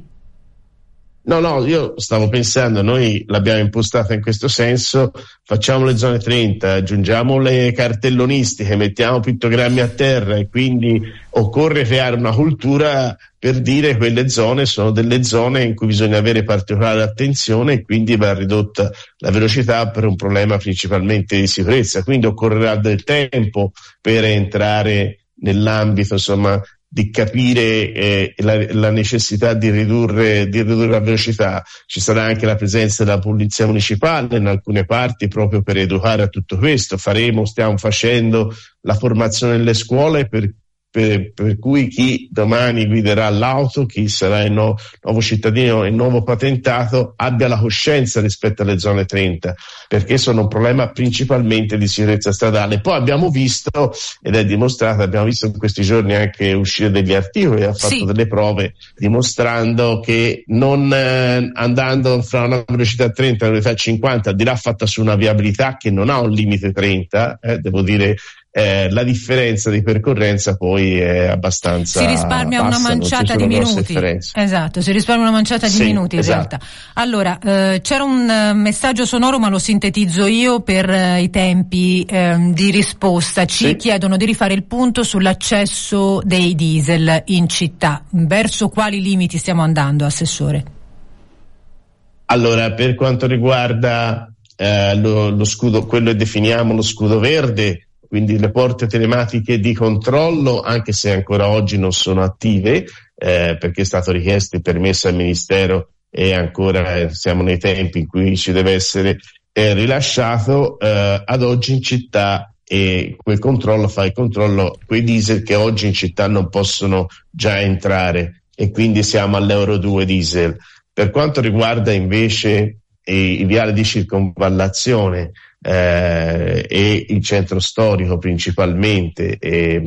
No, io stavo pensando, noi l'abbiamo impostata in questo senso, facciamo le zone 30, aggiungiamo le cartellonistiche, mettiamo pittogrammi a terra, e quindi occorre creare una cultura per dire quelle zone sono delle zone in cui bisogna avere particolare attenzione, e quindi va ridotta la velocità per un problema principalmente di sicurezza. Quindi occorrerà del tempo per entrare nell'ambito, insomma, di capire la necessità di ridurre la velocità. Ci sarà anche la presenza della polizia municipale in alcune parti proprio per educare a tutto questo. Stiamo facendo la formazione nelle scuole per cui chi domani guiderà l'auto, chi sarà il nuovo cittadino, il nuovo patentato, abbia la coscienza rispetto alle zone 30, perché sono un problema principalmente di sicurezza stradale. Poi abbiamo visto, ed è dimostrato, abbiamo visto in questi giorni anche uscire degli articoli, ha fatto delle prove dimostrando che non andando fra una velocità 30 e una velocità 50, al di là fatta su una viabilità che non ha un limite 30, devo dire, la differenza di percorrenza poi è abbastanza si risparmia bassa, una manciata di minuti. Esatto, si risparmia una manciata di minuti in realtà. Allora, c'era un messaggio sonoro, ma lo sintetizzo io per i tempi di risposta. Ci chiedono di rifare il punto sull'accesso dei diesel in città. Verso quali limiti stiamo andando, Assessore? Allora, per quanto riguarda lo scudo, quello che definiamo lo scudo verde, quindi le porte telematiche di controllo, anche se ancora oggi non sono attive, perché è stato richiesto il permesso al Ministero e ancora siamo nei tempi in cui ci deve essere rilasciato, ad oggi in città, e quel controllo fa il controllo quei diesel che oggi in città non possono già entrare, e quindi siamo all'Euro 2 diesel. Per quanto riguarda invece i viali di circonvallazione e il centro storico principalmente,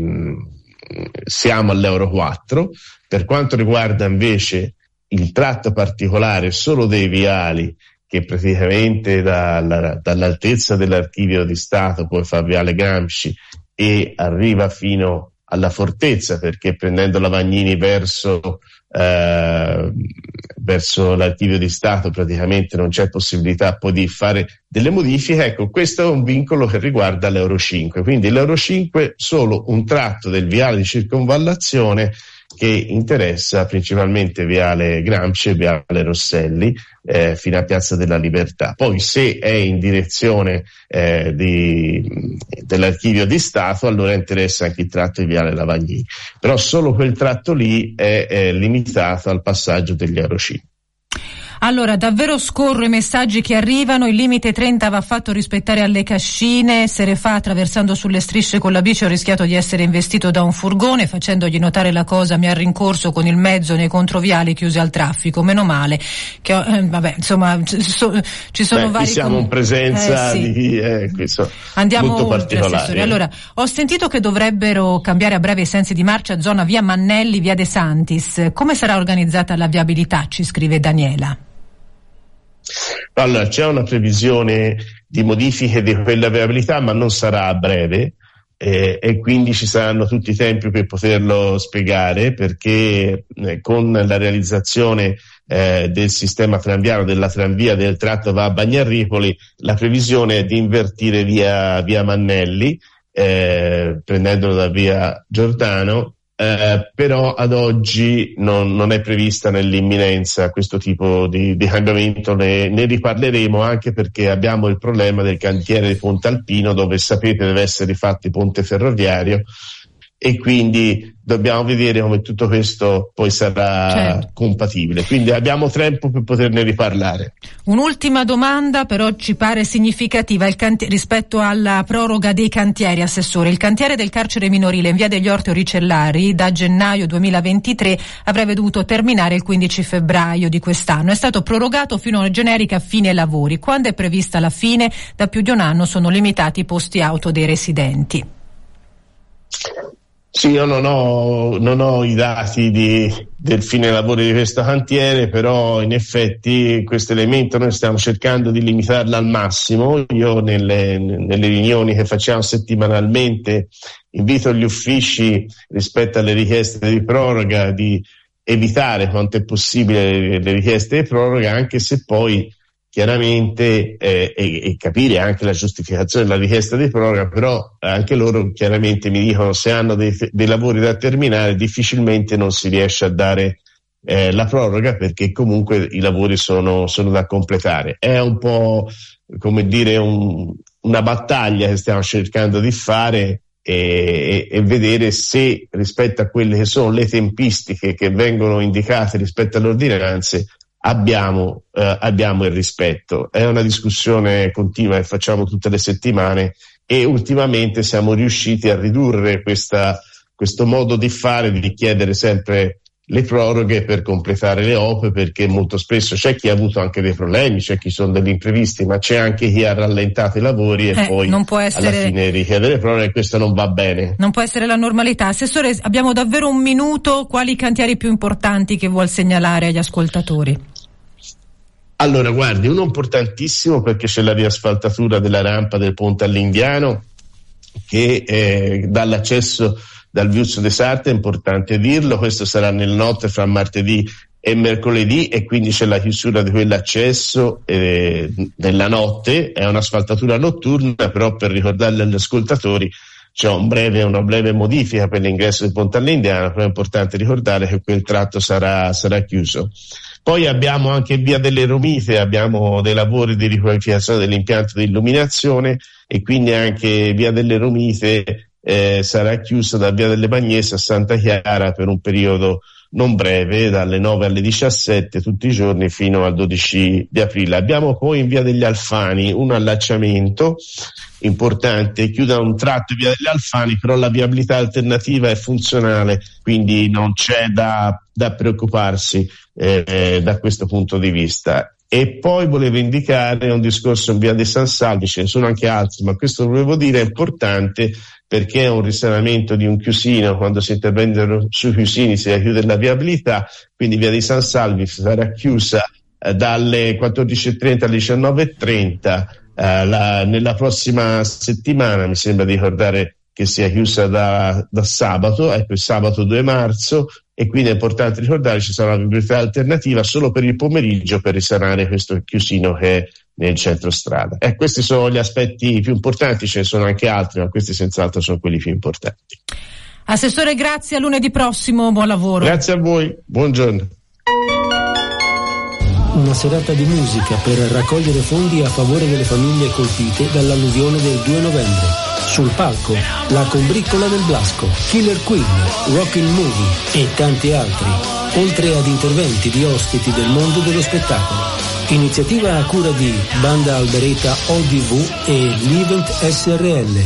siamo all'Euro 4. Per quanto riguarda invece il tratto particolare solo dei viali, che praticamente dall'altezza dell'Archivio di Stato poi fa Viale Gramsci e arriva fino alla Fortezza, perché prendendo Lavagnini verso l'Archivio di Stato praticamente non c'è possibilità poi di fare delle modifiche. Ecco, questo è un vincolo che riguarda l'Euro 5, quindi l'Euro 5 solo un tratto del viale di circonvallazione che interessa principalmente Viale Gramsci e Viale Rosselli fino a Piazza della Libertà. Poi se è in direzione dell'Archivio di Stato, allora interessa anche il tratto di Viale Lavagnini, però solo quel tratto lì è limitato al passaggio degli Euro 5. Allora, davvero scorro i messaggi che arrivano. Il limite 30 va fatto rispettare alle Cascine. Serefà, attraversando sulle strisce con la bici, ho rischiato di essere investito da un furgone. Facendogli notare la cosa mi ha rincorso con il mezzo nei controviali chiusi al traffico. Meno male che vabbè, insomma, ci sono vari. Siamo in presenza di questo Andiamo molto particolare. Assessore. Allora, ho sentito che dovrebbero cambiare a breve i sensi di marcia zona via Mannelli, via De Santis. Come sarà organizzata la viabilità? Ci scrive Daniela. Allora, c'è una previsione di modifiche di quella viabilità, ma non sarà a breve. E quindi ci saranno tutti i tempi per poterlo spiegare, perché con la realizzazione del sistema tranviario della tranvia del tratto va a Bagnarripoli, la previsione è di invertire via Mannelli, prendendolo da via Giordano, però ad oggi non è prevista nell'imminenza questo tipo di cambiamento. Ne riparleremo, anche perché abbiamo il problema del cantiere di Ponte Alpino, dove sapete deve essere rifatto il ponte ferroviario, e quindi dobbiamo vedere come tutto questo poi sarà compatibile. Quindi abbiamo tempo per poterne riparlare. Un'ultima domanda, però ci pare significativa rispetto alla proroga dei cantieri, Assessore. Il cantiere del carcere minorile in via degli Orti Oricellari da gennaio 2023 avrebbe dovuto terminare il 15 febbraio di quest'anno. È stato prorogato fino a generica fine lavori. Quando è prevista la fine? Da più di un anno sono limitati i posti auto dei residenti. Sì, io non ho i dati del fine lavori di questo cantiere, però in effetti questo elemento noi stiamo cercando di limitarlo al massimo. Io nelle riunioni che facciamo settimanalmente invito gli uffici, rispetto alle richieste di proroga, di evitare quanto è possibile le richieste di proroga, anche se poi chiaramente e capire anche la giustificazione della richiesta di proroga, però anche loro chiaramente mi dicono se hanno dei lavori da terminare difficilmente non si riesce a dare la proroga, perché comunque i lavori sono da completare. È un po' come dire una battaglia che stiamo cercando di fare e vedere se rispetto a quelle che sono le tempistiche che vengono indicate rispetto alle ordinanze abbiamo il rispetto. È una discussione continua che facciamo tutte le settimane, e ultimamente siamo riusciti a ridurre questo modo di fare, di chiedere sempre le proroghe per completare le opere, perché molto spesso c'è chi ha avuto anche dei problemi, c'è chi sono degli imprevisti, ma c'è anche chi ha rallentato i lavori e poi non può alla fine richiedere proroghe, e questo non va bene. Non può essere la normalità. Assessore, abbiamo davvero un minuto. Quali cantieri più importanti che vuol segnalare agli ascoltatori? Allora, guardi, uno importantissimo, perché c'è la riasfaltatura della rampa del Ponte all'Indiano, che dà l'accesso dal Viuzzo de Sarte, è importante dirlo. Questo sarà nella notte fra martedì e mercoledì, e quindi c'è la chiusura di quell'accesso nella notte. È un'asfaltatura notturna, però per ricordarle agli ascoltatori c'è una breve modifica per l'ingresso del Ponte all'Indiano, però è importante ricordare che quel tratto sarà chiuso. Poi abbiamo anche via delle Romite, abbiamo dei lavori di riqualificazione dell'impianto di illuminazione, e quindi anche via delle Romite sarà chiusa da via delle Bagnese a Santa Chiara per un periodo non breve, dalle 9 alle 17 tutti i giorni fino al 12 di aprile. Abbiamo poi in via degli Alfani un allacciamento importante, chiude un tratto via degli Alfani, però la viabilità alternativa è funzionale, quindi non c'è da preoccuparsi da questo punto di vista. E poi volevo indicare un discorso in via dei San Salvi, ce ne sono anche altri, ma questo lo volevo dire, è importante perché è un risanamento di un chiusino. Quando si interviene sui chiusini si chiude la viabilità, quindi via dei San Salvi sarà chiusa dalle 14.30 alle 19.30 nella prossima settimana, mi sembra di ricordare che sia chiusa da sabato, ecco, il sabato 2 marzo, e quindi è importante ricordare ci sarà una viabilità alternativa solo per il pomeriggio per risanare questo chiusino che è nel centro strada. Questi sono gli aspetti più importanti, ce ne sono anche altri, ma questi senz'altro sono quelli più importanti. Assessore, grazie, a lunedì prossimo, buon lavoro. Grazie a voi, buongiorno. Una serata di musica per raccogliere fondi a favore delle famiglie colpite dall'alluvione del 2 novembre. Sul palco, La combriccola del Blasco, Killer Queen, Rockin' Movie e tanti altri, oltre ad interventi di ospiti del mondo dello spettacolo. Iniziativa a cura di Banda Alberetta ODV e l'Event SRL.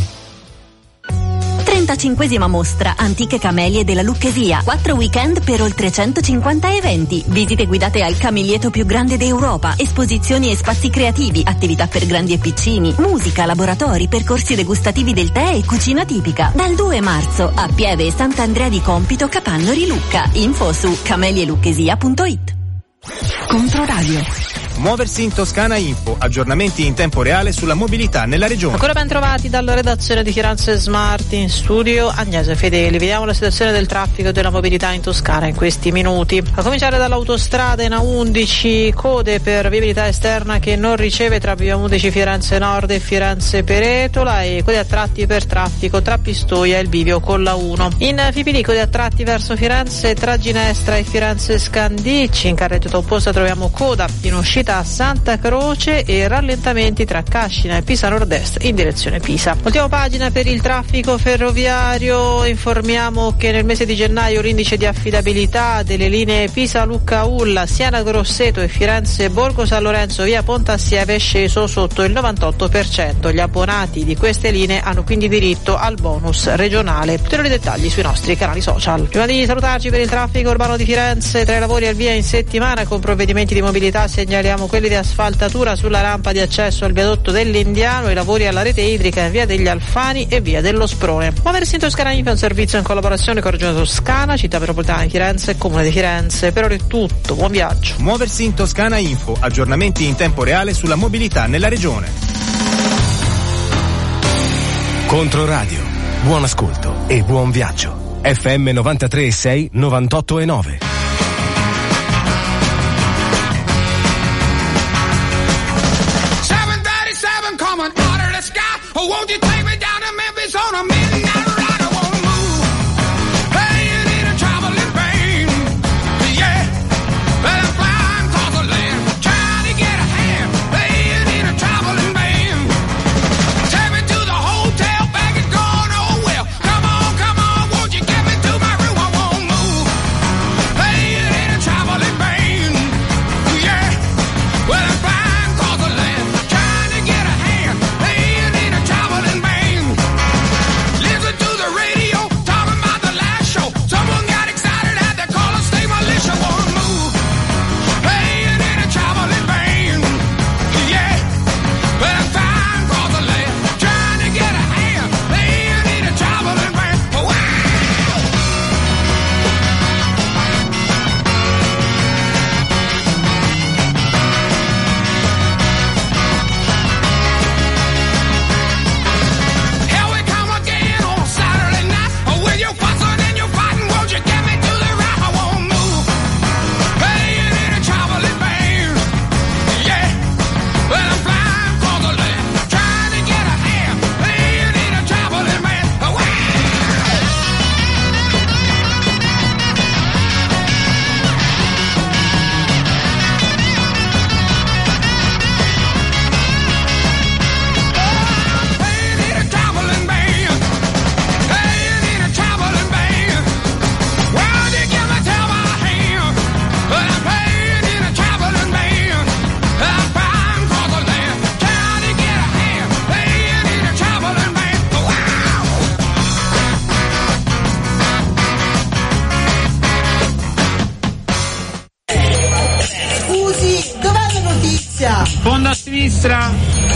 35esima mostra Antiche Camelie della Lucchesia. 4 weekend per oltre 150 eventi. Visite guidate al camelietto più grande d'Europa. Esposizioni e spazi creativi. Attività per grandi e piccini. Musica, laboratori, percorsi degustativi del tè e cucina tipica. Dal 2 marzo a Pieve e Sant'Andrea di Compito, Capannori, Lucca. Info su camelielucchesia.it. Controradio. Muoversi in Toscana Info, aggiornamenti in tempo reale sulla mobilità nella regione. Ancora ben trovati dalla redazione di Firenze Smart, in studio Agnese Fedeli. Vediamo la situazione del traffico e della mobilità in Toscana in questi minuti. A cominciare dall'autostrada in A11, code per viabilità esterna che non riceve tra via 11 Firenze Nord e Firenze Peretola, e code a tratti per traffico tra Pistoia e il bivio con la 1. In Fipili code a tratti verso Firenze tra Ginestra e Firenze Scandicci. In carreggiata opposta troviamo coda in uscita a Santa Croce e rallentamenti tra Cascina e Pisa Nord-Est in direzione Pisa. Ultima pagina per il traffico ferroviario. Informiamo che nel mese di gennaio l'indice di affidabilità delle linee Pisa-Lucca-Ulla, Siena-Grosseto e Firenze-Borgo San Lorenzo via Pontassieve è sceso sotto il 98%. Gli abbonati di queste linee hanno quindi diritto al bonus regionale. Ulteriori dettagli sui nostri canali social. Prima di salutarci, per il traffico urbano di Firenze, tra i lavori al via in settimana con provvedimenti di mobilità segnaliamo quelli di asfaltatura sulla rampa di accesso al viadotto dell'Indiano, i lavori alla rete idrica in via degli Alfani e via dello Sprone. Muoversi in Toscana Info è un servizio in collaborazione con Regione Toscana, Città Metropolitana di Firenze e Comune di Firenze. Per ora è tutto, buon viaggio. Muoversi in Toscana Info, aggiornamenti in tempo reale sulla mobilità nella regione. Controradio, buon ascolto e buon viaggio. FM 93.6, 98.9. Oh, won't you take me down to Memphis on a midnight ride? I won't move. Hey, you need a traveling pain. Yeah, but I'm flying across the land, trying to get a hand. Hey, you need a traveling pain. Take me to the hotel, bag is gone, oh well. Come on, won't you get me to my room? I won't move. Hey, you need a traveling pain. Yeah, well, I'm flying across the land, trying to get a hand. Hey, you need a traveling man. Listen to the radio, talking about the last show. Someone got excited, had to call and stay militia. Won't move. Hey, you need a traveling man. Yeah, but I'm flying across the land, trying to get a hand. Hey, you need a traveling man. Wow. Here we come again on Saturday night. With your fussing and your fighting, won't you get me to the right? I won't move. Hey, you need a traveling man. Yeah, well, I'm flying across the land, trying to get a hand. Hey, you need a traveling man. Wow. Hey, you need a traveling man. Hey, you need a traveling man. Well, you give me tell my hand. But I'm paying, you need a traveling man. I'm flying across the land, trying to get a hand. Hey, you need a traveling man. Wow. Scusi, dov'è la notizia? Fondo a sinistra.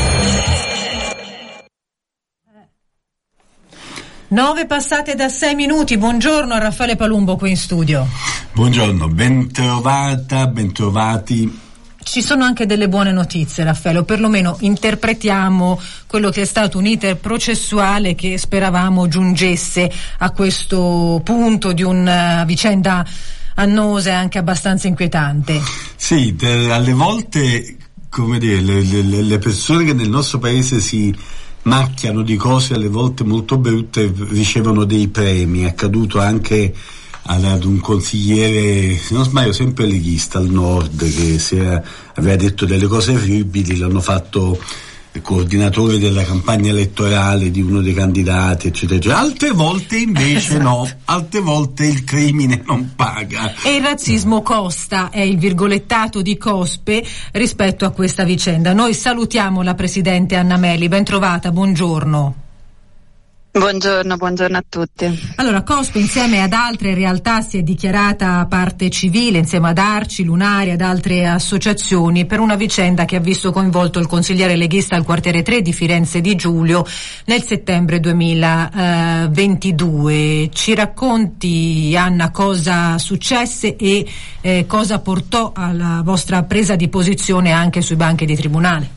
9 passate da 6 minuti. Buongiorno a Raffaele Palumbo qui in studio. Buongiorno, bentrovata, bentrovati. Ci sono anche delle buone notizie, Raffaele, o perlomeno interpretiamo quello che è stato un iter processuale che speravamo giungesse a questo punto di una vicenda annosa e anche abbastanza inquietante. Sì, alle volte, come dire, le persone che nel nostro paese si macchiano di cose alle volte molto brutte ricevono dei premi. È accaduto anche ad un consigliere, se non sbaglio sempre leghista al nord, che aveva detto delle cose orribili, l'hanno fatto coordinatore della campagna elettorale di uno dei candidati, eccetera, eccetera. Altre volte invece no, altre volte il crimine non paga. E il razzismo costa, è il virgolettato di Cospe rispetto a questa vicenda. Noi salutiamo la Presidente Anna Meli, ben trovata, buongiorno. Buongiorno a tutti. Allora, Cospe insieme ad altre realtà si è dichiarata parte civile, insieme ad Arci, Lunaria, ad altre associazioni, per una vicenda che ha visto coinvolto il consigliere leghista al quartiere 3 di Firenze Di Giulio nel settembre 2022. Ci racconti, Anna, cosa successe e cosa portò alla vostra presa di posizione anche sui banchi di tribunale?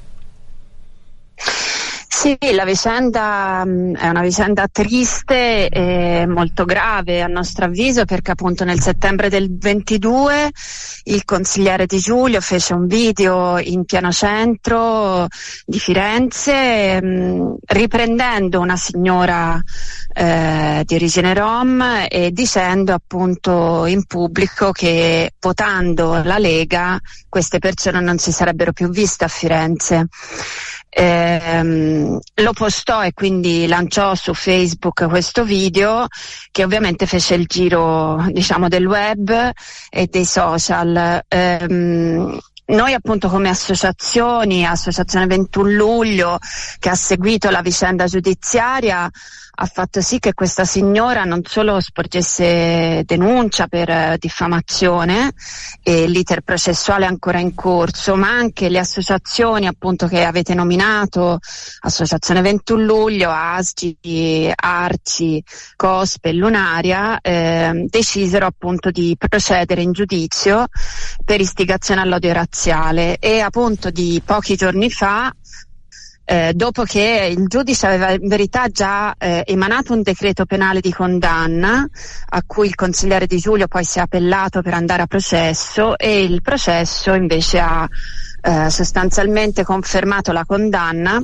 Sì, la vicenda è una vicenda triste e molto grave a nostro avviso, perché appunto nel settembre del 22 il consigliere Di Giulio fece un video in pieno centro di Firenze riprendendo una signora di origine rom e dicendo appunto in pubblico che votando la Lega queste persone non si sarebbero più viste a Firenze. Lo postò e quindi lanciò su Facebook questo video, che ovviamente fece il giro, diciamo, del web e dei social. Noi appunto come Associazione 21 Luglio, che ha seguito la vicenda giudiziaria, ha fatto sì che questa signora non solo sporgesse denuncia per diffamazione e l'iter processuale è ancora in corso, ma anche le associazioni appunto che avete nominato, Associazione 21 Luglio, ASGI, Arci, Cospe e Lunaria, decisero appunto di procedere in giudizio per istigazione all'odio razziale e appunto di pochi giorni fa, dopo che il giudice aveva in verità già emanato un decreto penale di condanna a cui il consigliere Di Giulio poi si è appellato per andare a processo, e il processo invece ha sostanzialmente confermato la condanna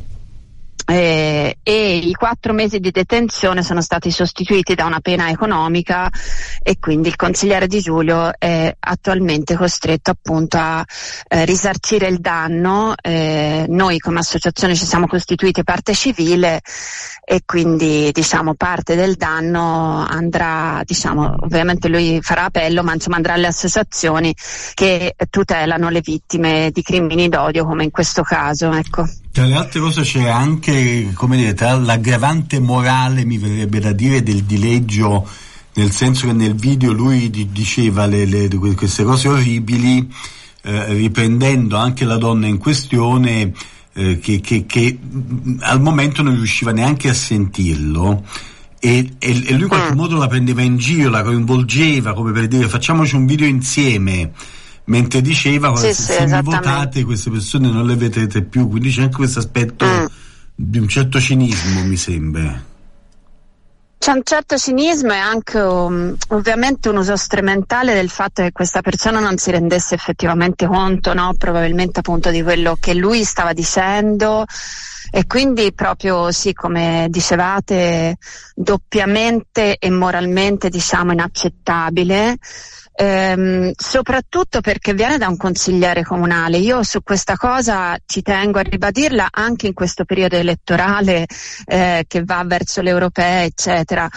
e i 4 mesi di detenzione sono stati sostituiti da una pena economica, e quindi il consigliere Di Giulio è attualmente costretto appunto a risarcire il danno. Noi come associazione ci siamo costituiti parte civile e quindi diciamo parte del danno andrà, diciamo, ovviamente lui farà appello, ma insomma andrà alle associazioni che tutelano le vittime di crimini d'odio come in questo caso, ecco. Tra le altre cose c'è anche, come dire, tra l'aggravante morale, mi verrebbe da dire, del dileggio, nel senso che nel video lui diceva queste cose orribili, riprendendo anche la donna in questione, che al momento non riusciva neanche a sentirlo, e lui in qualche modo la prendeva in giro, la coinvolgeva, come per dire facciamoci un video insieme, mentre diceva se mi votate queste persone non le vedrete più, quindi c'è anche questo aspetto di un certo cinismo, mi sembra. C'è un certo cinismo e anche ovviamente un uso strumentale del fatto che questa persona non si rendesse effettivamente conto, no? Probabilmente appunto di quello che lui stava dicendo, e quindi proprio sì, come dicevate, doppiamente e moralmente diciamo inaccettabile. Soprattutto perché viene da un consigliere comunale. Io su questa cosa ci tengo a ribadirla anche in questo periodo elettorale che va verso le europee, eccetera.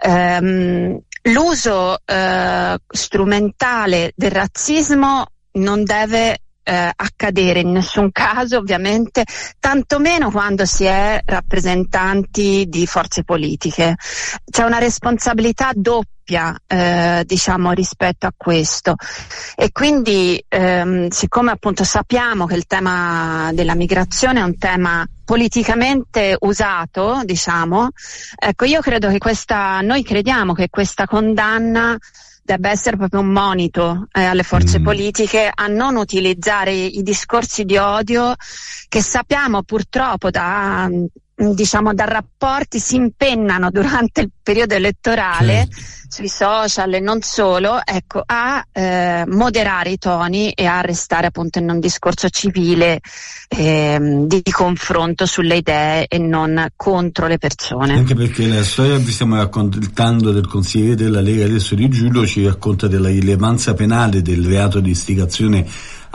L'uso strumentale del razzismo non deve accadere in nessun caso, ovviamente, tantomeno quando si è rappresentanti di forze politiche. C'è una responsabilità doppia diciamo rispetto a questo, e quindi siccome appunto sappiamo che il tema della migrazione è un tema politicamente usato, diciamo, ecco, io credo che noi crediamo che questa condanna debba essere proprio un monito alle forze politiche a non utilizzare i discorsi di odio che sappiamo purtroppo da rapporti si impennano durante il periodo elettorale, sui social e non solo, ecco, a moderare i toni e a restare appunto in un discorso civile di confronto sulle idee e non contro le persone. Anche perché la storia che stiamo raccontando del consigliere della Lega adesso Di Giulio ci racconta della rilevanza penale del reato di istigazione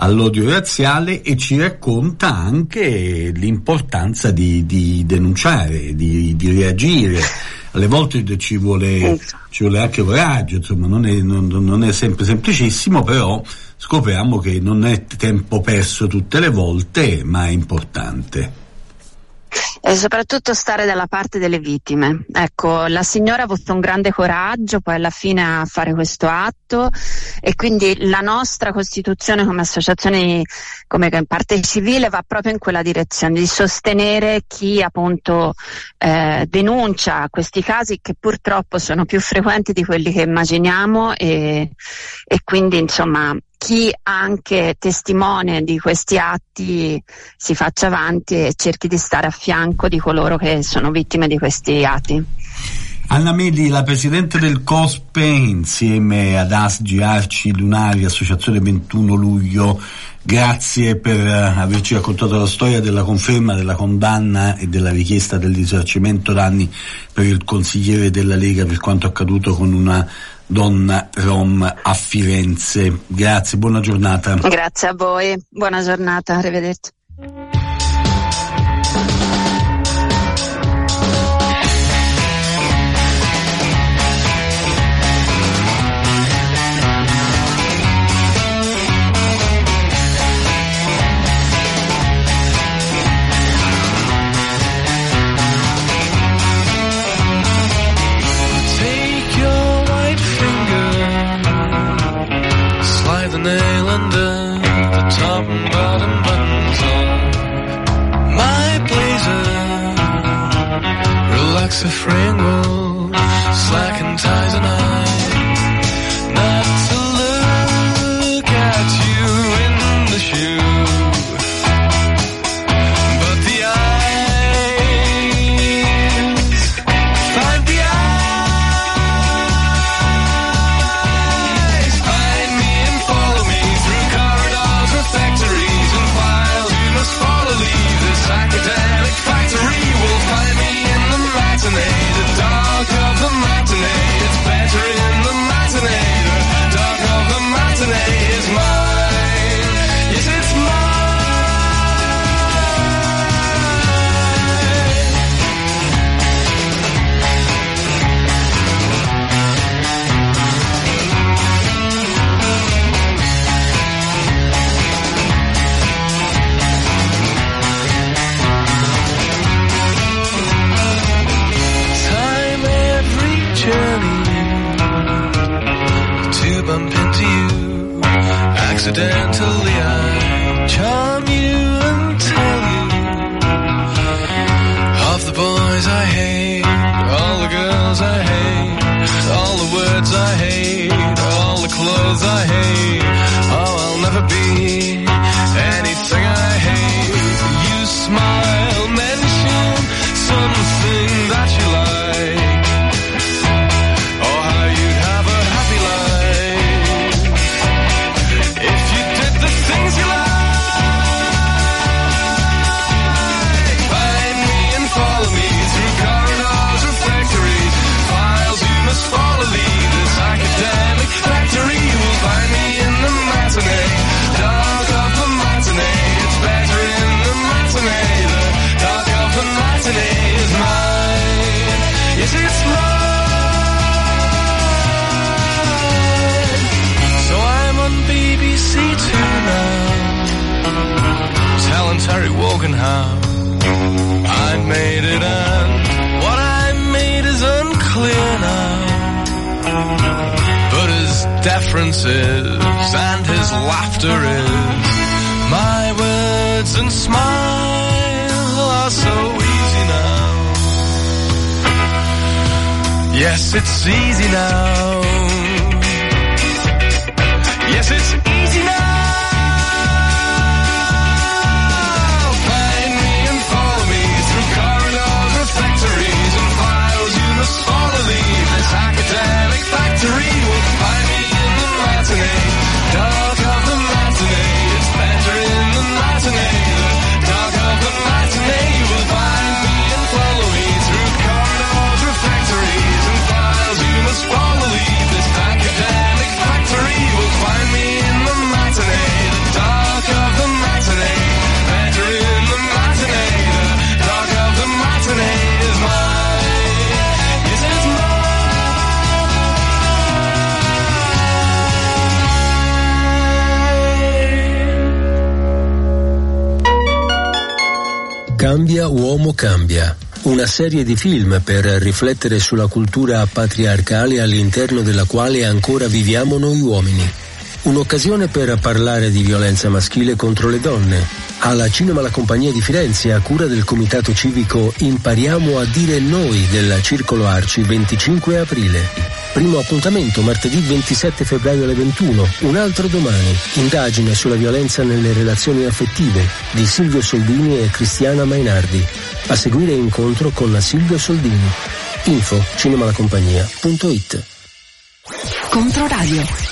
all'odio razziale, e ci racconta anche l'importanza di denunciare, di reagire. Alle volte ci vuole anche coraggio, insomma, non è sempre semplicissimo, però scopriamo che non è tempo perso tutte le volte, ma è importante. E soprattutto stare dalla parte delle vittime. Ecco, la signora ha avuto un grande coraggio poi alla fine a fare questo atto, e quindi la nostra Costituzione come associazione, come parte civile, va proprio in quella direzione di sostenere chi appunto denuncia questi casi, che purtroppo sono più frequenti di quelli che immaginiamo, e quindi insomma chi anche testimone di questi atti si faccia avanti e cerchi di stare a fianco di coloro che sono vittime di questi atti. Anna Meli, la presidente del COSPE, insieme ad ASGI, ARCI, Lunari, Associazione 21 Luglio, grazie per averci raccontato la storia della conferma della condanna e della richiesta del risarcimento danni per il consigliere della Lega per quanto accaduto con una donna rom a Firenze. Grazie, buona giornata. Grazie a voi, buona giornata, arrivederci. Nail under the top and bottom buttons on my blazer. Relax the frame roll, slacken ties and I not to look at you in the shoe, but the eyes find the eyes find me and follow me through corridors or factories and files. You must follow, leave this academic factory. Will find me in the matinee, the dark of the matinee. It's better in the matinee, the dark of the matinee is mine. Yes, it's mine. Time every journey to bump into you. Accidentally I charm you and tell you of the boys I hate, all the girls I hate, all the words I hate, all the clothes I hate. Oh, I'll never be anything I hate. You smile, mention something that you like, or how you'd have a happy life if you did the things you like. Find me and follow me through corridors or factories, files you must follow, leave this academic factory. You'll find me in the matinee, dark of the matinee. It's better in the matinee, the dark of the matinee is mine. Yes, it's mine. So I'm on BBC Two now, telling Terry Wogan how I made it, and what I made is unclear now. But his deference is, and his laughter is, my words and smile are so easy now. Yes, it's easy now. Yes, it's easy now. Find me and follow me through corridors or factories and files. You must follow, leave this academic factory. Will find me in the matinee, dark of the matinee. It's better in the matinee, the dark of the matinee. You will find me and follow me through corridors or factories and files. You must follow, leave this academic factory. You will find me in the Cambia Uomo Cambia. Una serie di film per riflettere sulla cultura patriarcale all'interno della quale ancora viviamo noi uomini. Un'occasione per parlare di violenza maschile contro le donne. Alla Cinema La Compagnia di Firenze, a cura del comitato civico Impariamo a dire noi del Circolo Arci, 25 aprile. Primo appuntamento martedì 27 febbraio alle 21, un altro domani. Indagine sulla violenza nelle relazioni affettive di Silvio Soldini e Cristiana Mainardi. A seguire incontro con Silvio Soldini. Info cinemalacompagnia.it. Controradio.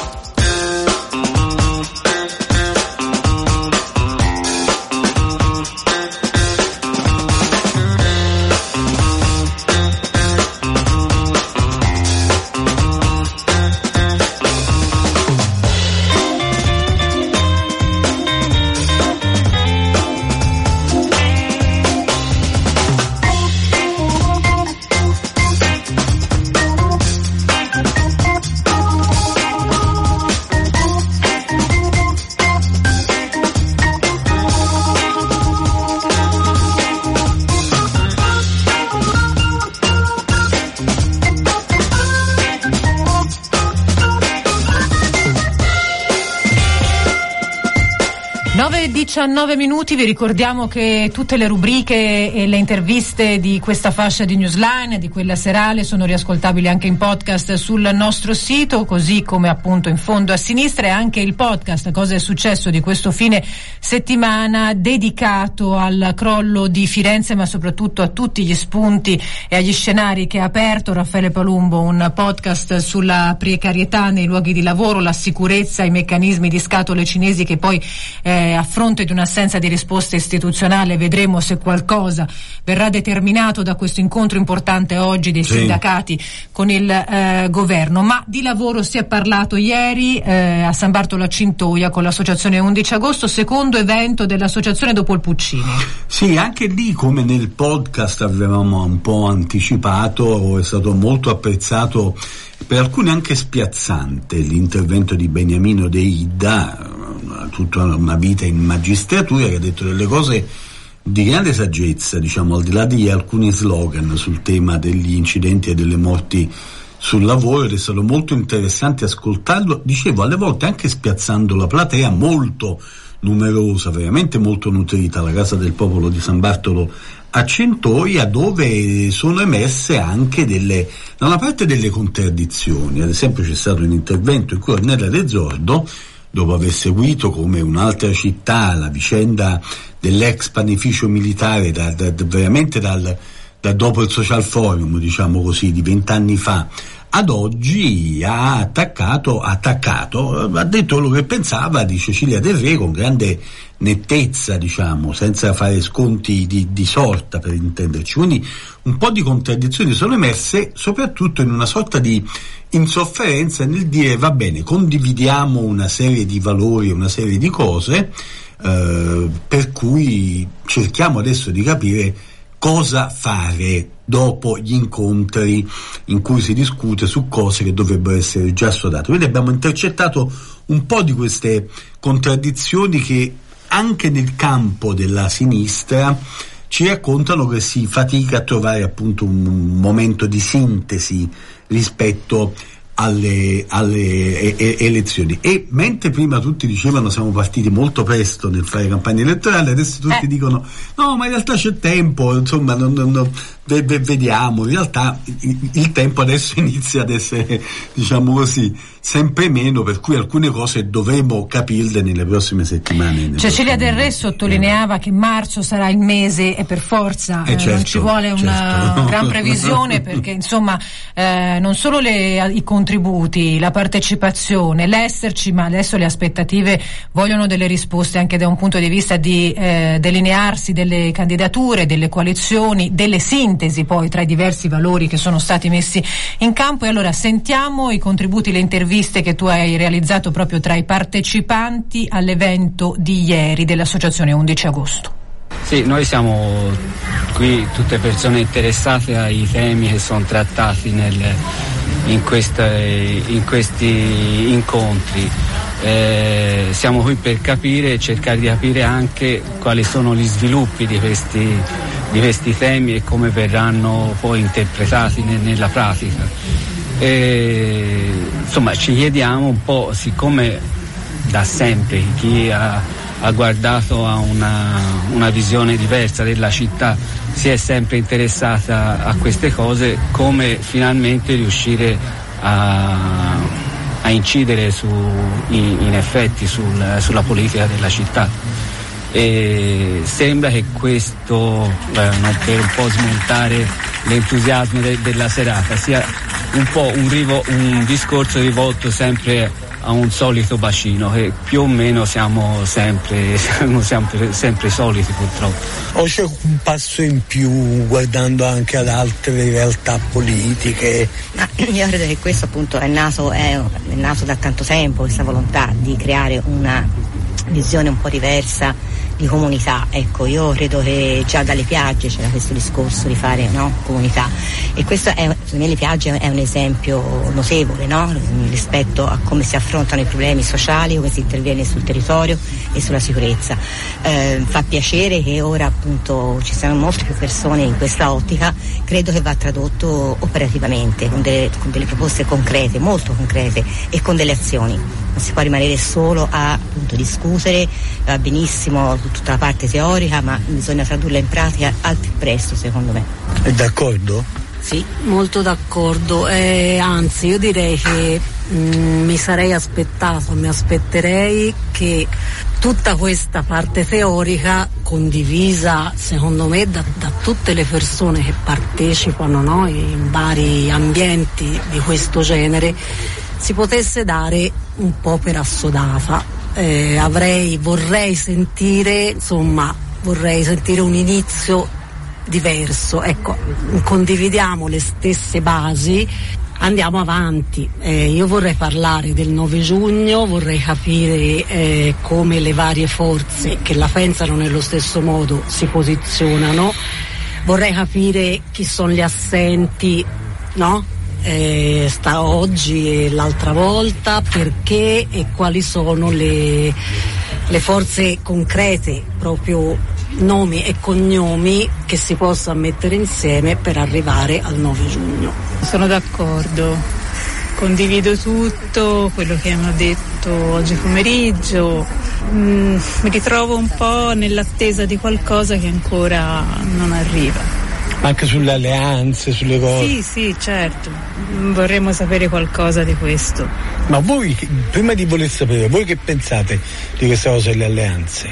e 19 minuti, vi ricordiamo che tutte le rubriche e le interviste di questa fascia di Newsline, di quella serale, sono riascoltabili anche in podcast sul nostro sito, così come appunto in fondo a sinistra, e anche il podcast Cosa è successo di questo fine settimana dedicato al crollo di Firenze, ma soprattutto a tutti gli spunti e agli scenari che ha aperto Raffaele Palumbo, un podcast sulla precarietà nei luoghi di lavoro, la sicurezza, i meccanismi di scatole cinesi che poi a fronte di un'assenza di risposta istituzionale vedremo se qualcosa verrà determinato da questo incontro importante oggi dei sindacati con il governo. Ma di lavoro si è parlato ieri a San Bartolo a Cintoia con l'associazione 11 agosto, secondo evento dell'associazione dopo il Puccini. Sì, anche lì, come nel podcast avevamo un po' anticipato, è stato molto apprezzato, per alcuni anche spiazzante, l'intervento di Beniamino De Ida, tutta una vita in magistratura, che ha detto delle cose di grande saggezza, diciamo, al di là di alcuni slogan sul tema degli incidenti e delle morti sul lavoro, ed è stato molto interessante ascoltarlo, dicevo, alle volte anche spiazzando la platea molto numerosa, veramente molto nutrita, alla Casa del Popolo di San Bartolo a Cintoia, dove sono emerse anche da una parte delle contraddizioni. Ad esempio c'è stato un intervento in cui Ornella Rezzordo, dopo aver seguito come un'altra città la vicenda dell'ex panificio militare veramente da dopo il Social Forum, diciamo così, di 20 anni fa ad oggi, ha detto quello che pensava di Cecilia Del Re con grande nettezza, diciamo, senza fare sconti di sorta, per intenderci. Quindi un po' di contraddizioni sono emerse, soprattutto in una sorta di insofferenza nel dire: va bene, condividiamo una serie di valori, una serie di cose, per cui cerchiamo adesso di capire cosa fare dopo gli incontri in cui si discute su cose che dovrebbero essere già sodate. Quindi abbiamo intercettato un po' di queste contraddizioni che anche nel campo della sinistra ci raccontano che si fatica a trovare appunto un momento di sintesi rispetto alle elezioni. E mentre prima tutti dicevano siamo partiti molto presto nel fare campagna elettorale, adesso tutti dicono no, ma in realtà c'è tempo, insomma vediamo. In realtà il tempo adesso inizia ad essere, diciamo così, sempre meno, per cui alcune cose dovremo capirle nelle prossime settimane. Cecilia Del Re sottolineava che marzo sarà il mese, e per forza certo, non ci vuole una gran previsione, perché insomma non solo i contributi, la partecipazione, l'esserci, ma adesso le aspettative vogliono delle risposte anche da un punto di vista di delinearsi delle candidature, delle coalizioni, delle sintesi poi tra i diversi valori che sono stati messi in campo. E allora sentiamo i contributi, le interviste che tu hai realizzato proprio tra i partecipanti all'evento di ieri dell'associazione 11 agosto. Sì, noi siamo qui tutte persone interessate ai temi che sono trattati in questi incontri. siamo qui per capire e cercare di capire anche quali sono gli sviluppi di questi temi e come verranno poi interpretati nella pratica. Insomma, ci chiediamo un po', siccome da sempre chi ha guardato a una visione diversa della città si è sempre interessata a queste cose, come finalmente riuscire a incidere in effetti sulla politica della città. E sembra che questo, non per un po' smontare l'entusiasmo della serata, sia un po' un discorso rivolto sempre a un solito bacino, che più o meno siamo sempre soliti, purtroppo. O c'è un passo in più guardando anche ad altre realtà politiche? Io credo che questo appunto è nato da tanto tempo, questa volontà di creare una visione un po' diversa di comunità. Ecco, io credo che già dalle piagge c'era questo discorso di fare, no, comunità, e questo secondo me le piagge è un esempio notevole, no, rispetto a come si affrontano i problemi sociali, come si interviene sul territorio e sulla sicurezza. Fa piacere che ora appunto ci siano molte più persone in questa ottica. Credo che va tradotto operativamente con delle proposte concrete, molto concrete, e con delle azioni. Non si può rimanere solo a appunto discutere, va benissimo tutta la parte teorica, ma bisogna tradurla in pratica al più presto, secondo me. È d'accordo? Sì, molto d'accordo, anzi io direi che mi aspetterei che tutta questa parte teorica, condivisa secondo me da tutte le persone che partecipano, no, in vari ambienti di questo genere, si potesse dare un po' per assodata. Vorrei sentire un inizio diverso. Ecco, condividiamo le stesse basi, andiamo avanti. Io vorrei parlare del 9 giugno, vorrei capire come le varie forze che la pensano nello stesso modo si posizionano, vorrei capire chi sono gli assenti, no? Sta oggi e l'altra volta, perché e quali sono le forze concrete, proprio nomi e cognomi che si possano mettere insieme per arrivare al 9 giugno. Sono d'accordo, condivido tutto quello che hanno detto oggi pomeriggio, mi ritrovo un po' nell'attesa di qualcosa che ancora non arriva. Anche sulle alleanze, sulle cose? Sì, certo, vorremmo sapere qualcosa di questo. Ma voi, prima di voler sapere, voi che pensate di questa cosa delle alleanze?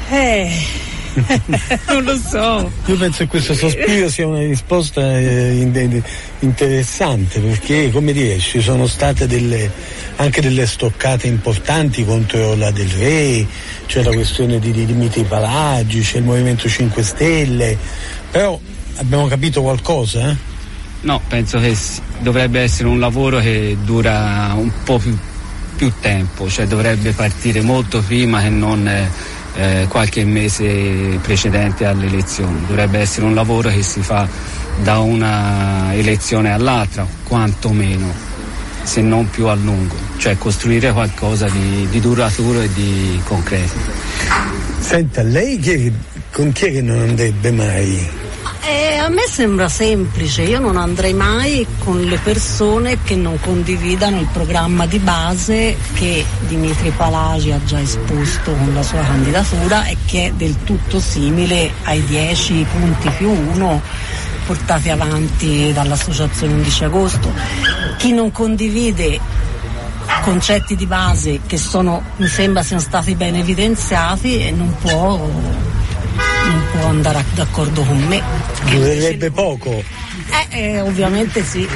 Non lo so. Io penso che questo sospiro sia una risposta interessante, perché, come dire, ci sono state anche delle stoccate importanti contro la Del Re, c'è la questione di Dimitri Palagi, c'è il Movimento 5 Stelle, però abbiamo capito qualcosa? No, penso che dovrebbe essere un lavoro che dura un po' più tempo, cioè dovrebbe partire molto prima che non qualche mese precedente alle elezioni. Dovrebbe essere un lavoro che si fa da una elezione all'altra, quantomeno, se non più a lungo, cioè costruire qualcosa di duraturo e di concreto. Senta, lei con chi è che non andrebbe mai? A me sembra semplice, io non andrei mai con le persone che non condividano il programma di base che Dimitri Palagi ha già esposto con la sua candidatura e che è del tutto simile ai 10 punti più 1 portati avanti dall'associazione 11 agosto. Chi non condivide concetti di base che mi sembra siano stati ben evidenziati e non può andare d'accordo con me. Durerebbe poco. Ovviamente sì.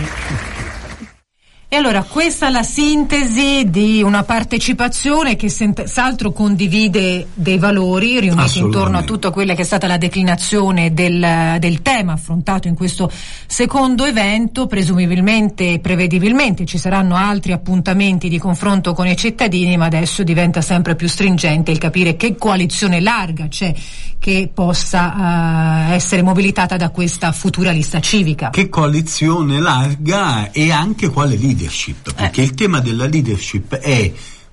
E allora questa è la sintesi di una partecipazione che senz'altro condivide dei valori riuniti intorno a tutta quella che è stata la declinazione del tema affrontato in questo secondo evento. Presumibilmente, prevedibilmente ci saranno altri appuntamenti di confronto con i cittadini, ma adesso diventa sempre più stringente il capire che coalizione larga c'è che possa essere mobilitata da questa futura lista civica. Che coalizione larga e anche quale leadership, perché il tema della leadership è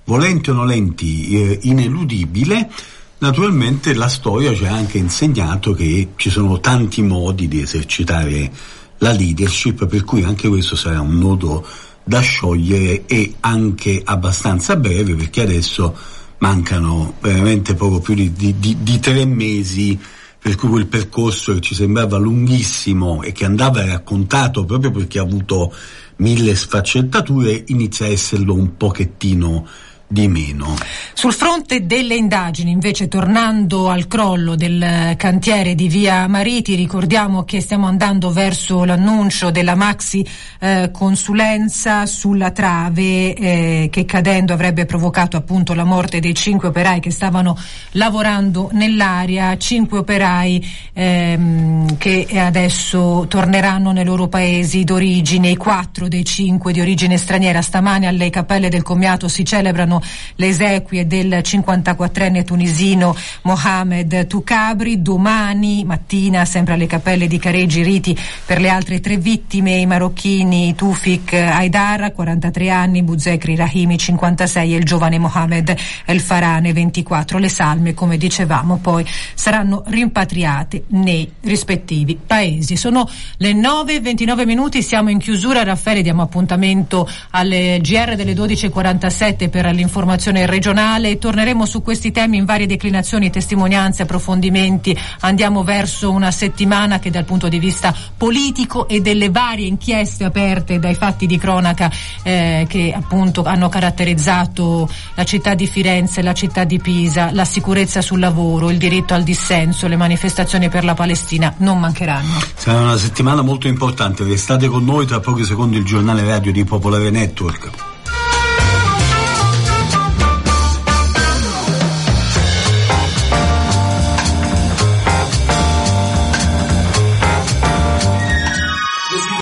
volenti o nolenti ineludibile. Naturalmente la storia ci ha anche insegnato che ci sono tanti modi di esercitare la leadership, per cui anche questo sarà un nodo da sciogliere, e anche abbastanza breve, perché adesso mancano veramente poco più di 3 mesi, per cui quel percorso che ci sembrava lunghissimo e che andava raccontato proprio perché ha avuto 1000 sfaccettature inizia a esserlo un pochettino di meno. Sul fronte delle indagini, invece, tornando al crollo del cantiere di Via Mariti, ricordiamo che stiamo andando verso l'annuncio della maxi consulenza sulla trave che cadendo avrebbe provocato appunto la morte dei 5 operai che stavano lavorando nell'area, 5 operai che adesso torneranno nei loro paesi d'origine. I 4 dei 5 di origine straniera. Stamane alle Cappelle del Commiato si celebrano le esequie del 54enne tunisino Mohamed Toukabri. Domani mattina, sempre alle Cappelle di Careggi, riti per le altre 3 vittime, i marocchini Tufik Haidar, 43 anni, Buzekri Rahimi, 56, e il giovane Mohamed El Farane, 24. Le salme, come dicevamo, poi saranno rimpatriate nei rispettivi paesi. Sono le 9:29, siamo in chiusura. Raffaele, diamo appuntamento alle GR delle 12:47 per l'informazione regionale. Torneremo su questi temi in varie declinazioni, testimonianze, approfondimenti. Andiamo verso una settimana che dal punto di vista politico e delle varie inchieste aperte dai fatti di cronaca che appunto hanno caratterizzato la città di Firenze, la città di Pisa, la sicurezza sul lavoro, il diritto al dissenso, le manifestazioni per la Palestina non mancheranno. Sarà una settimana molto importante. Restate con noi, tra pochi secondi il giornale radio di Popolare Network.